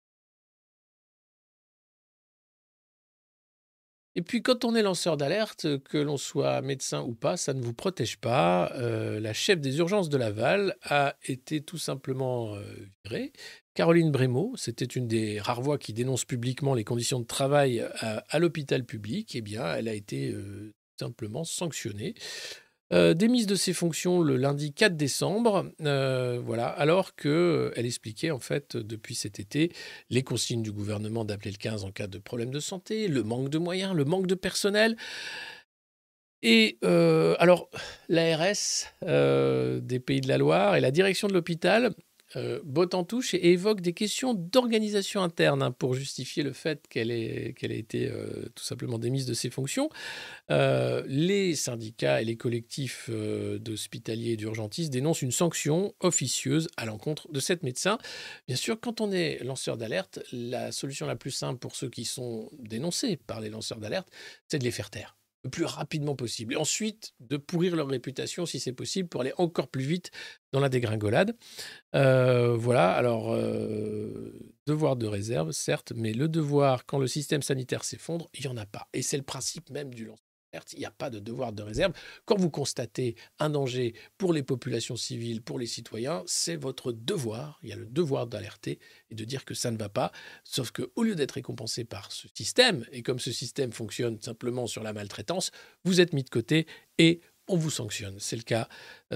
Et puis quand on est lanceur d'alerte, que l'on soit médecin ou pas, ça ne vous protège pas. La chef des urgences de Laval a été tout simplement virée. Caroline Brémaud, c'était une des rares voix qui dénonce publiquement les conditions de travail à l'hôpital public. Eh bien, elle a été simplement sanctionnée. Démise de ses fonctions le lundi 4 décembre, voilà, alors qu'elle expliquait en fait depuis cet été les consignes du gouvernement d'appeler le 15 en cas de problème de santé, le manque de moyens, le manque de personnel. Et alors, l'ARS des Pays de la Loire et la direction de l'hôpital bottent en touche et évoquent des questions d'organisation interne, hein, pour justifier le fait qu'elle ait été tout simplement démise de ses fonctions. Les syndicats et les collectifs d'hospitaliers et d'urgentistes dénoncent une sanction officieuse à l'encontre de cette médecin. Bien sûr, quand on est lanceur d'alerte, la solution la plus simple pour ceux qui sont dénoncés par les lanceurs d'alerte, c'est de les faire taire le plus rapidement possible. Et ensuite, de pourrir leur réputation, si c'est possible, pour aller encore plus vite dans la dégringolade. Voilà, alors, devoir de réserve, certes, mais le devoir, quand le système sanitaire s'effondre, il n'y en a pas. Et c'est le principe même du lanceur d'alerte, il n'y a pas de devoir de réserve. Quand vous constatez un danger pour les populations civiles, pour les citoyens, c'est votre devoir, il y a le devoir d'alerter et de dire que ça ne va pas, sauf qu'au lieu d'être récompensé par ce système, et comme ce système fonctionne simplement sur la maltraitance, vous êtes mis de côté et on vous sanctionne. C'est le cas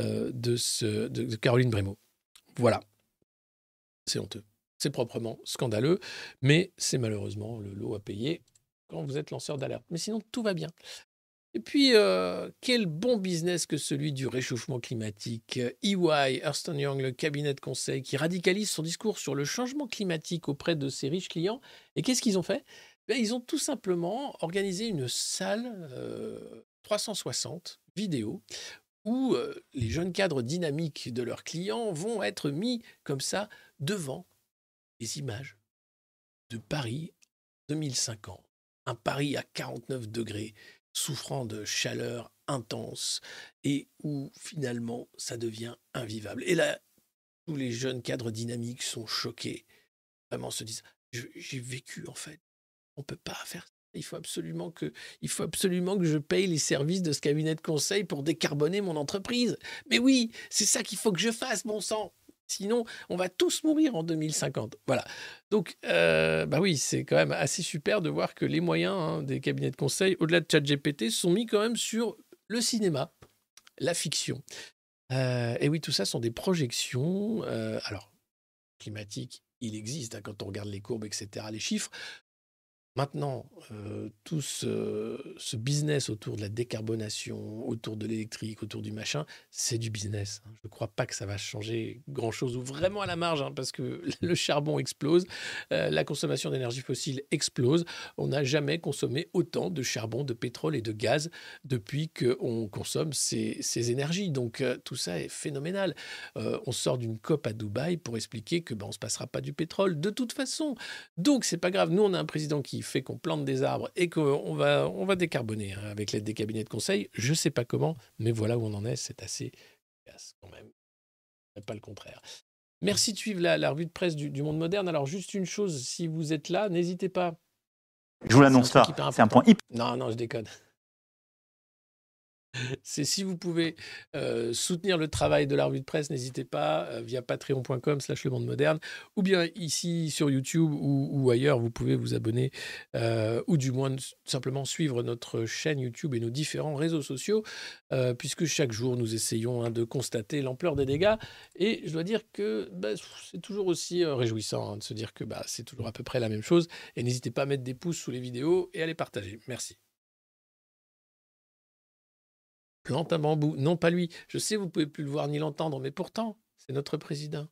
de Caroline Brémaud. Voilà, c'est honteux. C'est proprement scandaleux, mais c'est malheureusement le lot à payer quand vous êtes lanceur d'alerte. Mais sinon, tout va bien. Et puis, quel bon business que celui du réchauffement climatique. EY, Ernst & Young, le cabinet de conseil, qui radicalise son discours sur le changement climatique auprès de ses riches clients. Et qu'est-ce qu'ils ont fait? Ils ont tout simplement organisé une salle 360 vidéo où les jeunes cadres dynamiques de leurs clients vont être mis comme ça devant les images de Paris 2050. Un Paris à 49 degrés, souffrant de chaleur intense et où finalement ça devient invivable. Et là, tous les jeunes cadres dynamiques sont choqués, vraiment se disent j'ai vécu en fait, on ne peut pas faire ça. Il faut absolument que je paye les services de ce cabinet de conseil pour décarboner mon entreprise. Mais oui, c'est ça qu'il faut que je fasse, bon sang. Sinon, on va tous mourir en 2050. Voilà. Donc, oui, c'est quand même assez super de voir que les moyens des cabinets de conseil, au-delà de ChatGPT, sont mis quand même sur le cinéma, la fiction. Et oui, tout ça sont des projections. Alors, climatiques, il existe, quand on regarde les courbes, etc., les chiffres. Maintenant, tout ce business autour de la décarbonation, autour de l'électrique, autour du machin, c'est du business. Je ne crois pas que ça va changer grand-chose, ou vraiment à la marge, parce que le charbon explose, la consommation d'énergie fossile explose. On n'a jamais consommé autant de charbon, de pétrole et de gaz depuis qu'on consomme ces énergies. Donc, tout ça est phénoménal. On sort d'une COP à Dubaï pour expliquer que on ne se passera pas du pétrole de toute façon. Donc, c'est pas grave. Nous, on a un président qui fait qu'on plante des arbres et qu'on va décarboner avec l'aide des cabinets de conseil. Je ne sais pas comment, mais voilà où on en est. C'est assez efficace quand même. Pas le contraire. Merci de suivre la revue de presse du Monde Moderne. Alors, juste une chose, si vous êtes là, n'hésitez pas. Je vous l'annonce là, c'est un point hyper. Non, je déconne. C'est si vous pouvez soutenir le travail de la revue de presse, n'hésitez pas via patreon.com/le monde moderne, ou bien ici sur YouTube ou ailleurs, vous pouvez vous abonner ou du moins simplement suivre notre chaîne YouTube et nos différents réseaux sociaux, puisque chaque jour nous essayons de constater l'ampleur des dégâts. Et je dois dire que c'est toujours aussi réjouissant de se dire que c'est toujours à peu près la même chose. Et n'hésitez pas à mettre des pouces sous les vidéos et à les partager. Merci. Plante un bambou. Non, pas lui. Je sais, vous ne pouvez plus le voir ni l'entendre, mais pourtant, c'est notre président.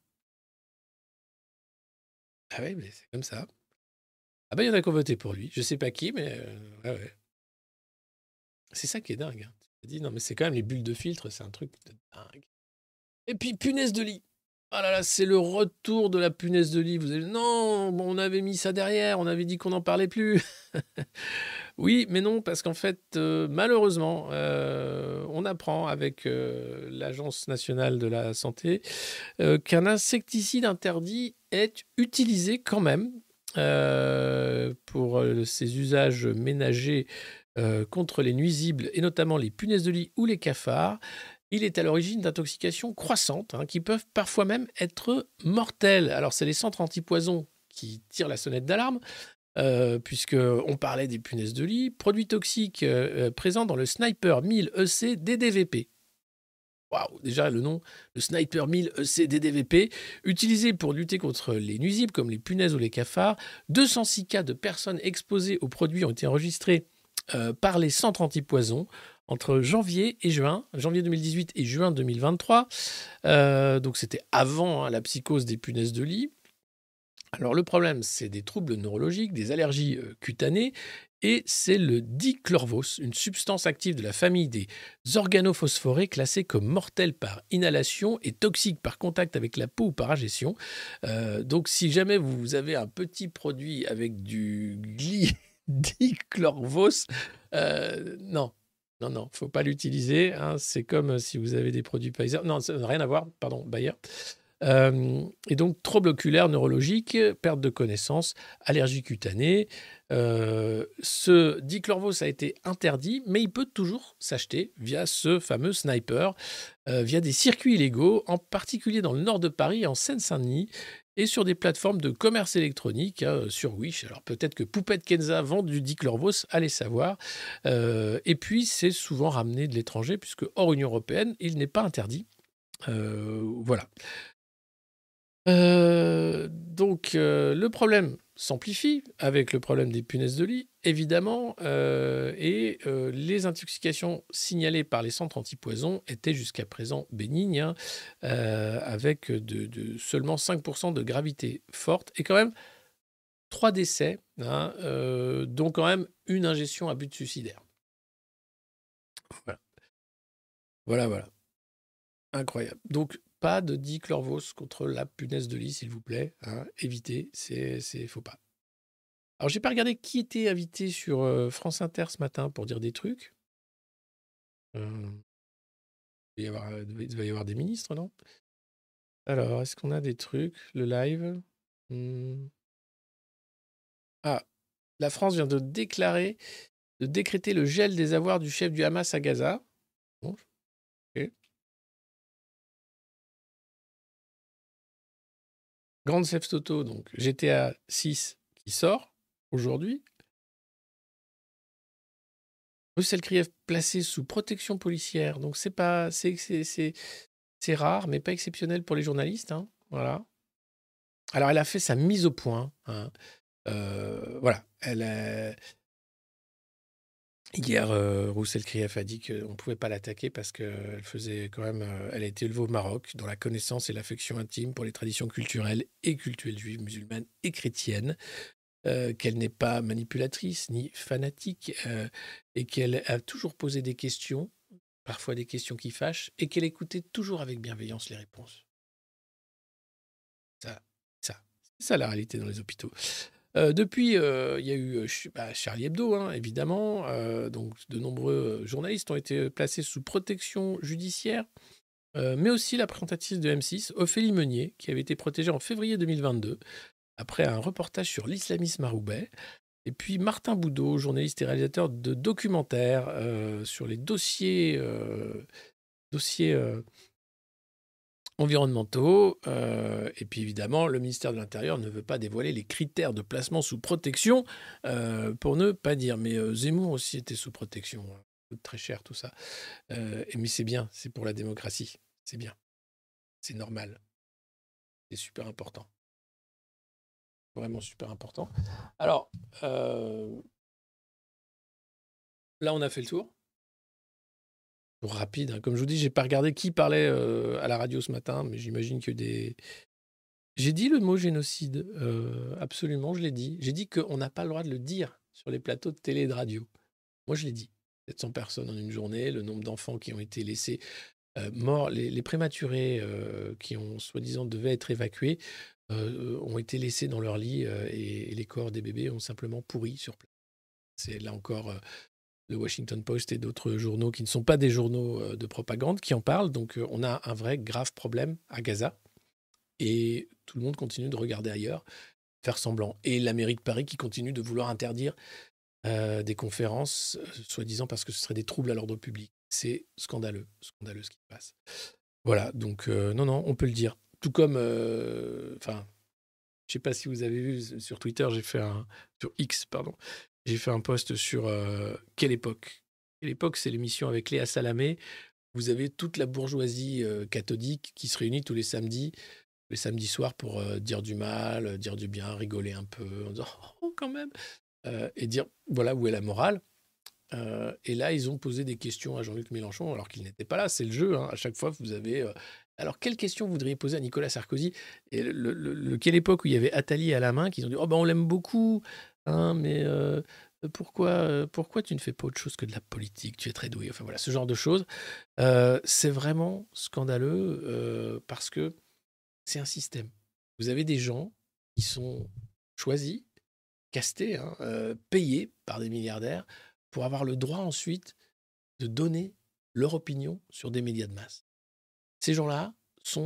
Ah oui, mais c'est comme ça. Ah il y en a qui ont voté pour lui. Je ne sais pas qui, mais ouais. C'est ça qui est dingue. Je dis, non, mais c'est quand même les bulles de filtre, c'est un truc de dingue. Et puis, punaise de lit. Ah là là, c'est le retour de la punaise de lit. Vous allez non, on avait mis ça derrière, on avait dit qu'on n'en parlait plus. Oui, mais non, parce qu'en fait, malheureusement, on apprend avec l'Agence nationale de la santé qu'un insecticide interdit est utilisé quand même pour ses usages ménagers contre les nuisibles, et notamment les punaises de lit ou les cafards. Il est à l'origine d'intoxications croissantes qui peuvent parfois même être mortelles. Alors, c'est les centres antipoison qui tirent la sonnette d'alarme, puisqu'on parlait des punaises de lit. Produits toxiques présents dans le Sniper 1000 EC DDVP. Waouh, déjà le nom, le Sniper 1000 EC DDVP, utilisé pour lutter contre les nuisibles comme les punaises ou les cafards. 206 cas de personnes exposées aux produits ont été enregistrés par les centres antipoison entre janvier 2018 et juin 2023. Donc c'était avant la psychose des punaises de lit. Alors le problème, c'est des troubles neurologiques, des allergies cutanées, et c'est le dichlorvos, une substance active de la famille des organophosphorés classée comme mortelle par inhalation et toxique par contact avec la peau ou par ingestion. Donc si jamais vous avez un petit produit avec du dichlorvos, non, faut pas l'utiliser. C'est comme si vous avez des produits Pfizer. Non, ça n'a rien à voir, pardon, Bayer. Et donc, troubles oculaires neurologiques, perte de connaissance, allergie cutanée. Ce dichlorvos a été interdit, mais il peut toujours s'acheter via ce fameux sniper, via des circuits illégaux, en particulier dans le nord de Paris et en Seine-Saint-Denis, et sur des plateformes de commerce électronique, sur Wish. Alors peut-être que Poupette Kenza vend du dichlorvos, allez savoir. Et puis c'est souvent ramené de l'étranger, puisque hors Union européenne, il n'est pas interdit. Voilà. Donc le problème s'amplifie avec le problème des punaises de lit, évidemment, et les intoxications signalées par les centres antipoison étaient jusqu'à présent bénignes, hein, avec seulement 5% de gravité forte, et quand même 3 décès, hein, dont quand même une ingestion à but suicidaire. Voilà. Incroyable. Donc, pas de dichlorvos contre la punaise de lit, s'il vous plaît. Hein. Évitez, faut pas. Alors, j'ai pas regardé qui était invité sur France Inter ce matin pour dire des trucs. Il va y avoir des ministres, non? Alors, est-ce qu'on a des trucs? Le live? Ah, la France vient de décréter le gel des avoirs du chef du Hamas à Gaza. Bon, ok. Grand Theft Auto, donc GTA 6 qui sort aujourd'hui. Bruxelles-Krief placé sous protection policière, donc c'est rare, mais pas exceptionnel pour les journalistes. Hein, voilà. Alors elle a fait sa mise au point. Hein, voilà. Hier, Roussel Krief a dit qu'on ne pouvait pas l'attaquer parce qu'elle faisait quand même. Elle a été élevée au Maroc dans la connaissance et l'affection intime pour les traditions culturelles et cultuelles juives, musulmanes et chrétiennes. Qu'elle n'est pas manipulatrice ni fanatique, et qu'elle a toujours posé des questions, parfois des questions qui fâchent, et qu'elle écoutait toujours avec bienveillance les réponses. C'est ça la réalité dans les hôpitaux. Depuis, il y a eu Charlie Hebdo, hein, évidemment. Donc, de nombreux journalistes ont été placés sous protection judiciaire, mais aussi la présentatrice de M6, Ophélie Meunier, qui avait été protégée en février 2022, après un reportage sur l'islamisme à Roubaix. Et puis Martin Boudot, journaliste et réalisateur de documentaires sur les dossiers environnementaux. Et puis évidemment, le ministère de l'Intérieur ne veut pas dévoiler les critères de placement sous protection, pour ne pas dire. Mais Zemmour aussi était sous protection. Ça coûte très cher tout ça. Mais c'est bien, c'est pour la démocratie. C'est bien. C'est normal. C'est super important. Vraiment super important. Alors, là, on a fait le tour. Rapide, hein. Comme je vous dis, j'ai pas regardé qui parlait à la radio ce matin, mais j'imagine que J'ai dit le mot génocide, absolument, je l'ai dit. J'ai dit qu'on n'a pas le droit de le dire sur les plateaux de télé et de radio. Moi, je l'ai dit. 700 personnes en une journée, le nombre d'enfants qui ont été laissés morts, les prématurés qui ont soi-disant devaient être évacués, ont été laissés dans leur lit, et les corps des bébés ont simplement pourri sur place. C'est là encore le Washington Post et d'autres journaux qui ne sont pas des journaux de propagande qui en parlent. Donc on a un vrai grave problème à Gaza et tout le monde continue de regarder ailleurs, faire semblant. Et la mairie de Paris qui continue de vouloir interdire des conférences, soi-disant parce que ce serait des troubles à l'ordre public. C'est scandaleux ce qui se passe. Voilà, donc non, on peut le dire. Tout comme, je sais pas si vous avez vu sur Twitter, sur X, pardon, j'ai fait un post sur Quelle époque. Quelle époque, c'est l'émission avec Léa Salamé. Vous avez toute la bourgeoisie catholique qui se réunit tous les samedis soirs pour dire du mal, dire du bien, rigoler un peu, en disant oh, quand même, et dire voilà où est la morale. Et là, ils ont posé des questions à Jean-Luc Mélenchon alors qu'il n'était pas là. C'est le jeu. Hein. À chaque fois, vous avez. Alors, quelle question vous voudriez poser à Nicolas Sarkozy? Et quelle époque où il y avait Attali à la main, qu'ils ont dit oh ben on l'aime beaucoup, hein, mais pourquoi tu ne fais pas autre chose que de la politique? Tu es très doué. Enfin voilà, ce genre de choses. C'est vraiment scandaleux parce que c'est un système. Vous avez des gens qui sont choisis, castés, hein, payés par des milliardaires pour avoir le droit ensuite de donner leur opinion sur des médias de masse. Ces gens-là sont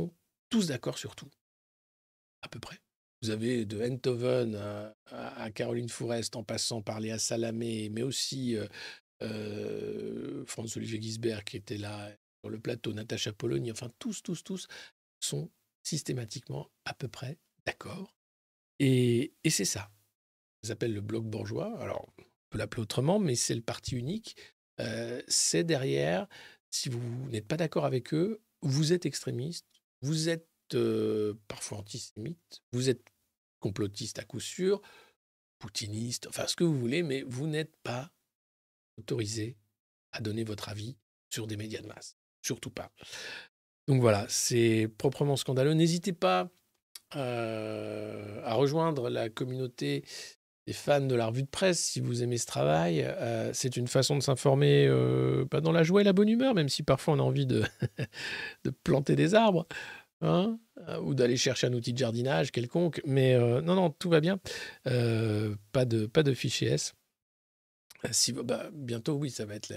tous d'accord sur tout, à peu près. Vous avez de Enthoven à Caroline Fourest, en passant par Léa Salamé, mais aussi Franz-Olivier Gisbert qui était là sur le plateau, Natacha Polony, enfin tous sont systématiquement à peu près d'accord. Et c'est ça. Ça s'appelle le bloc bourgeois. Alors, on peut l'appeler autrement, mais c'est le parti unique. C'est derrière, si vous n'êtes pas d'accord avec eux, vous êtes extrémiste, vous êtes parfois antisémite, vous êtes complotiste à coup sûr, poutiniste, enfin ce que vous voulez, mais vous n'êtes pas autorisé à donner votre avis sur des médias de masse. Surtout pas. Donc voilà, c'est proprement scandaleux. N'hésitez pas à rejoindre la communauté des fans de la revue de presse si vous aimez ce travail. C'est une façon de s'informer pas dans la joie et la bonne humeur, même si parfois on a envie de, de planter des arbres. Hein, ou d'aller chercher un outil de jardinage quelconque. Mais non, tout va bien. Pas de fichier S. Bientôt, oui, ça va être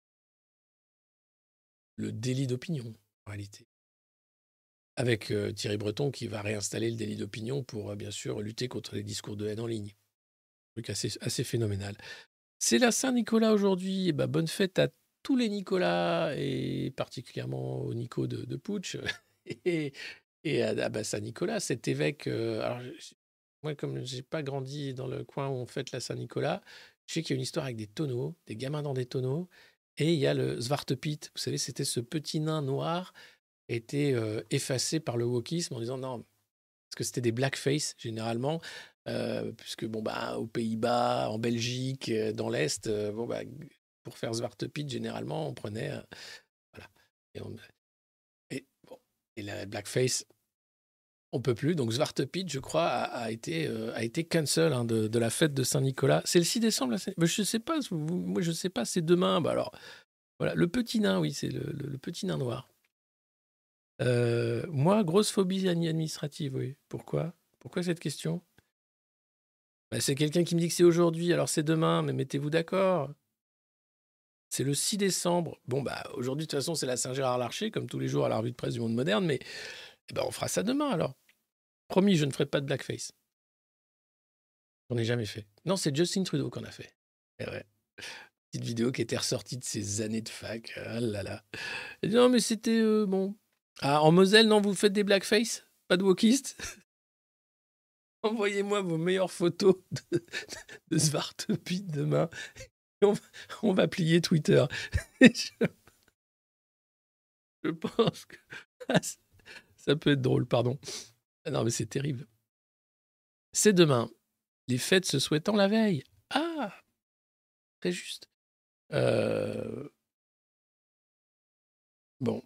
le délit d'opinion, en réalité. Avec Thierry Breton qui va réinstaller le délit d'opinion pour, bien sûr, lutter contre les discours de haine en ligne. Un truc assez phénoménal. C'est la Saint-Nicolas aujourd'hui. Et bonne fête à tous les Nicolas, et particulièrement au Nico de Putsch. Et à Saint-Nicolas, cet évêque... alors, moi, comme je n'ai pas grandi dans le coin où on fête la Saint-Nicolas, je sais qu'il y a une histoire avec des tonneaux, des gamins dans des tonneaux, et il y a le Svartepit. Vous savez, c'était ce petit nain noir été effacé par le wokisme en disant non, parce que c'était des blackface généralement, puisque aux Pays-Bas, en Belgique, dans l'Est, pour faire Svartepit, généralement, on prenait... voilà. Et la blackface, on peut plus. Donc Svartepit, je crois, a été cancel de la fête de Saint-Nicolas. C'est le 6 décembre, là, je sais pas. Moi, je sais pas. C'est demain. Alors, voilà, le petit nain, oui, c'est le petit nain noir. Moi, grosse phobie administrative, oui. Pourquoi cette question? C'est quelqu'un qui me dit que c'est aujourd'hui, alors c'est demain, mais mettez-vous d'accord. C'est le 6 décembre. Aujourd'hui, de toute façon, c'est la Saint-Gérard-Larcher, comme tous les jours à la revue de presse du Monde Moderne, mais on fera ça demain, alors. Promis, je ne ferai pas de blackface. J'en ai jamais fait. Non, c'est Justin Trudeau qu'on a fait. Et ouais. Petite vidéo qui était ressortie de ses années de fac. Ah là là. Et non, mais c'était bon. Ah, en Moselle, non, vous faites des blackface? Pas de wokistes? Envoyez-moi vos meilleures photos de Svartepit demain. On va plier Twitter. Je pense que ça peut être drôle, pardon. Ah non, mais c'est terrible. C'est demain. Les fêtes se souhaitant la veille. Ah, très juste. Bon.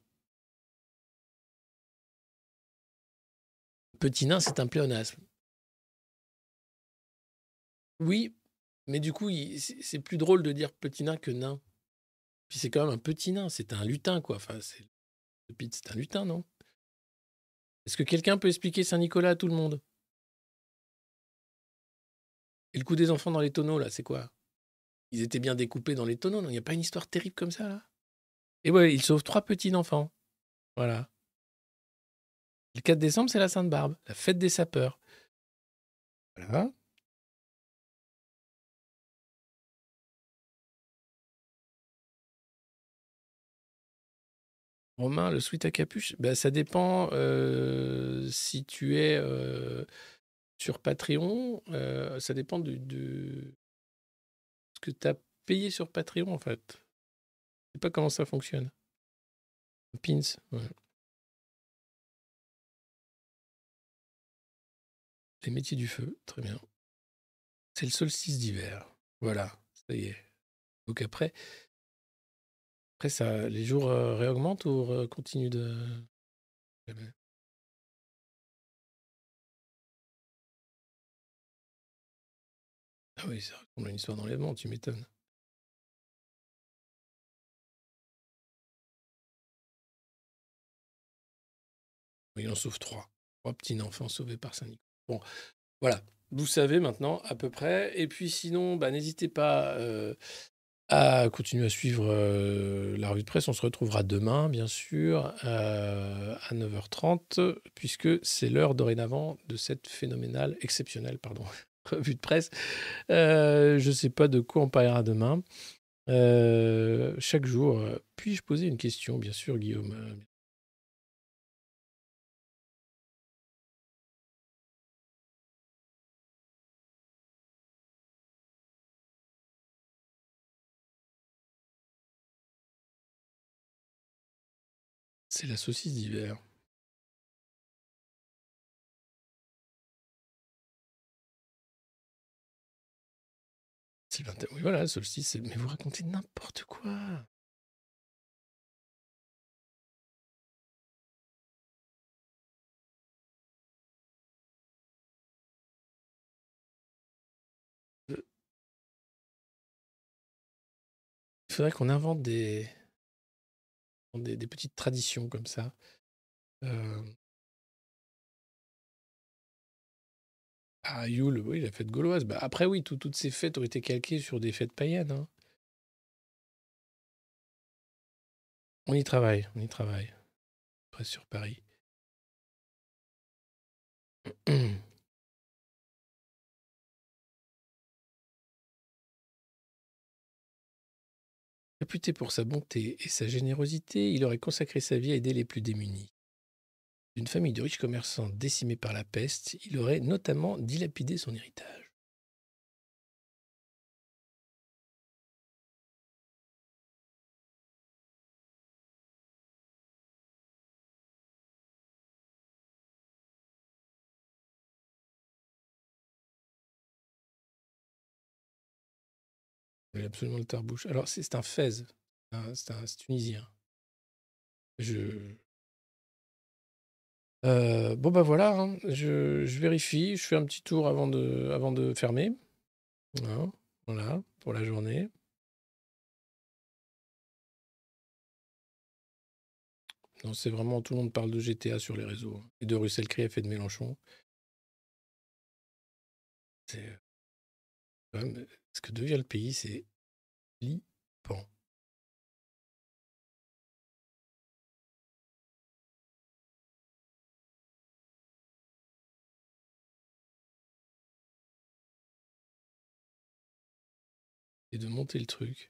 Petit nain, c'est un pléonasme. Oui, mais du coup, c'est plus drôle de dire petit nain que nain. Puis c'est quand même un petit nain, c'est un lutin, quoi. Enfin, c'est un lutin, non? Est-ce que quelqu'un peut expliquer Saint-Nicolas à tout le monde? Et le coup des enfants dans les tonneaux, là, c'est quoi? Ils étaient bien découpés dans les tonneaux, non? Il n'y a pas une histoire terrible comme ça, là? Et ouais, ils sauvent 3 petits enfants. Voilà. Le 4 décembre, c'est la Sainte-Barbe, la fête des sapeurs. Voilà. Romain, le sweat à capuche, ça dépend si tu es sur Patreon. Ça dépend de ce que tu as payé sur Patreon, en fait. Je sais pas comment ça fonctionne. Pins, ouais. Les métiers du feu, très bien. C'est le solstice d'hiver. Voilà, ça y est. Donc après ça, les jours réaugmentent ou continuent de... Ah oui, ça ressemble à une histoire d'enlèvement, tu m'étonnes. Il en sauve 3. 3 petits enfants sauvés par Saint-Nicolas. Bon, voilà. Vous savez maintenant à peu près. Et puis sinon, n'hésitez pas Continuez à suivre la revue de presse. On se retrouvera demain, bien sûr, à 9h30, puisque c'est l'heure dorénavant de cette phénoménale, exceptionnelle, pardon, revue de presse. Je ne sais pas de quoi on parlera demain. Chaque jour, puis-je poser une question, bien sûr, Guillaume? C'est la saucisse d'hiver. C'est le 21. Oui, voilà, le solstice. Mais vous racontez n'importe quoi. Il faudrait qu'on invente des petites traditions comme ça. Yule, oui, la fête gauloise. Bah, après, oui, toutes ces fêtes ont été calquées sur des fêtes païennes, hein. On y travaille, on y travaille. Après, sur Paris. Réputé pour sa bonté et sa générosité, il aurait consacré sa vie à aider les plus démunis. D'une famille de riches commerçants décimés par la peste, il aurait notamment dilapidé son héritage. Il a absolument le tarbouche. Alors, c'est un Fès, hein, c'est un Tunisien. Bon, bah voilà, hein, je vérifie, je fais un petit tour avant de fermer, hein, voilà, pour la journée. Non, c'est vraiment, tout le monde parle de GTA sur les réseaux, hein, et de Russell Krief et de Mélenchon. C'est quand même, ce que devient le pays, c'est flippant. Et de monter le truc.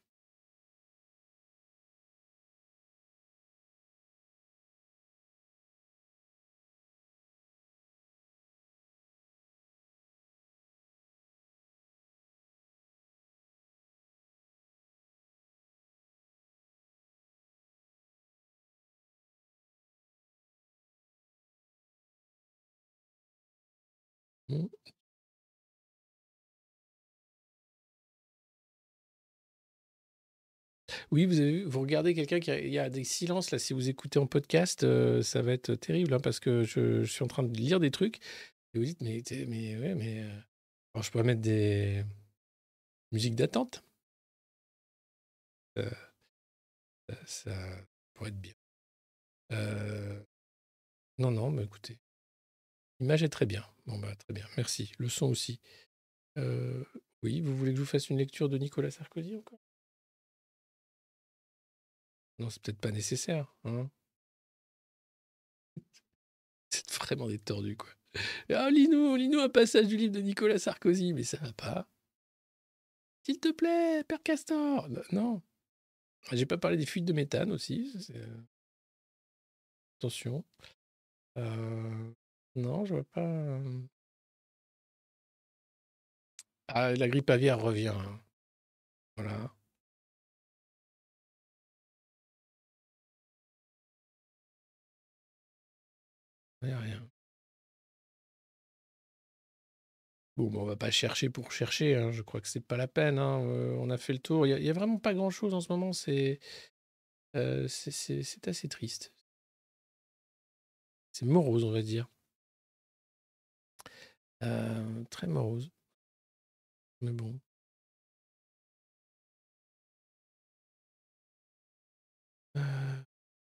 Mmh. Oui, vous avez vu, vous regardez quelqu'un il y a des silences là, si vous écoutez en podcast, ça va être terrible, hein, parce que je suis en train de lire des trucs et vous dites: «Mais ouais, mais alors je pourrais mettre des musiques d'attente?» Heu, ça pourrait être bien. Non, non, mais écoutez, l'image est très bien. Bon, bah, très bien, merci. Le son aussi. Heu, oui, vous voulez que je vous fasse une lecture de Nicolas Sarkozy encore? Non, c'est peut-être pas nécessaire, hein? C'est vraiment des tordus, quoi. «Ah, lis-nous un passage du livre de Nicolas Sarkozy», mais ça va pas. «S'il te plaît, père Castor!» Bah, non. J'ai pas parlé des fuites de méthane aussi, ça c'est, attention. Non, je vois pas, Ah, la grippe aviaire revient, hein. Voilà. Il y a rien. Bon, bah, on va pas chercher pour chercher, hein, je crois que c'est pas la peine, hein, on a fait le tour. Il y a vraiment pas grand-chose en ce moment, c'est assez triste. C'est morose, on va dire. Très morose, mais bon. Heu,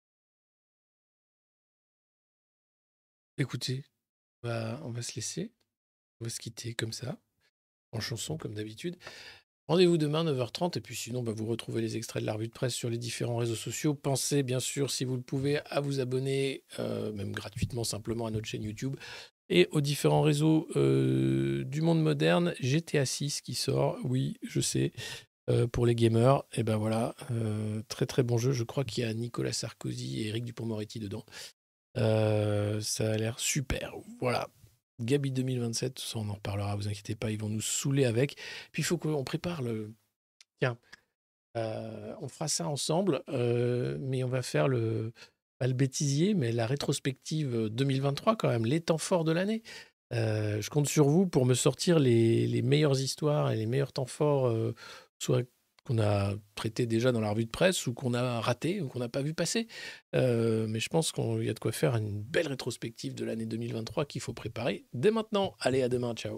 écoutez, on va se laisser, on va se quitter comme ça, en chanson comme d'habitude. Rendez-vous demain, 9h30. Et puis sinon, vous retrouvez les extraits de la revue de presse sur les différents réseaux sociaux. Pensez, bien sûr, si vous le pouvez, à vous abonner, même gratuitement, simplement à notre chaîne YouTube et aux différents réseaux du monde moderne. GTA 6 qui sort, oui, je sais, pour les gamers. Et ben voilà, très très bon jeu. Je crois qu'il y a Nicolas Sarkozy et Éric Dupond-Moretti dedans. Ça a l'air super. Voilà. Gabi 2027, ça on en reparlera, vous inquiétez pas, ils vont nous saouler avec. Puis il faut qu'on prépare le... Tiens, on fera ça ensemble, mais on va faire pas le bêtisier, mais la rétrospective 2023 quand même, les temps forts de l'année. Je compte sur vous pour me sortir les meilleures histoires et les meilleurs temps forts, soit qu'on a traité déjà dans la revue de presse ou qu'on a raté ou qu'on n'a pas vu passer. Mais je pense qu'il y a de quoi faire une belle rétrospective de l'année 2023 qu'il faut préparer dès maintenant. Allez, à demain, ciao.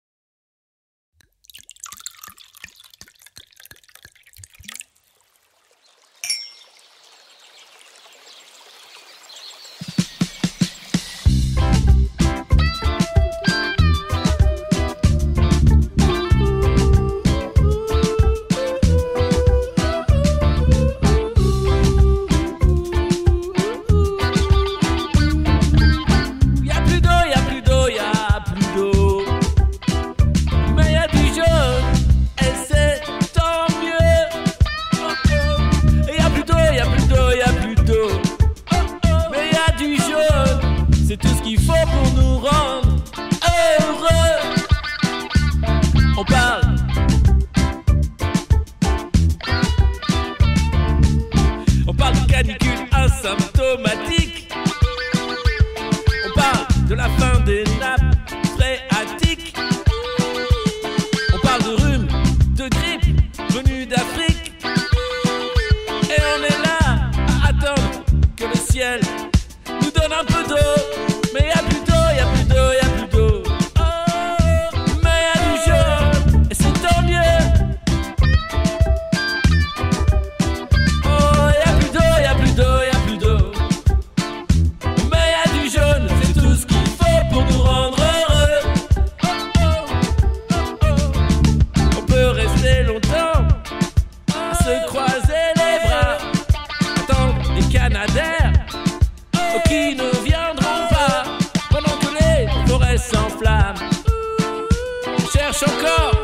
Qui ne viendront pas pendant que les forêts s'enflamment. On cherche encore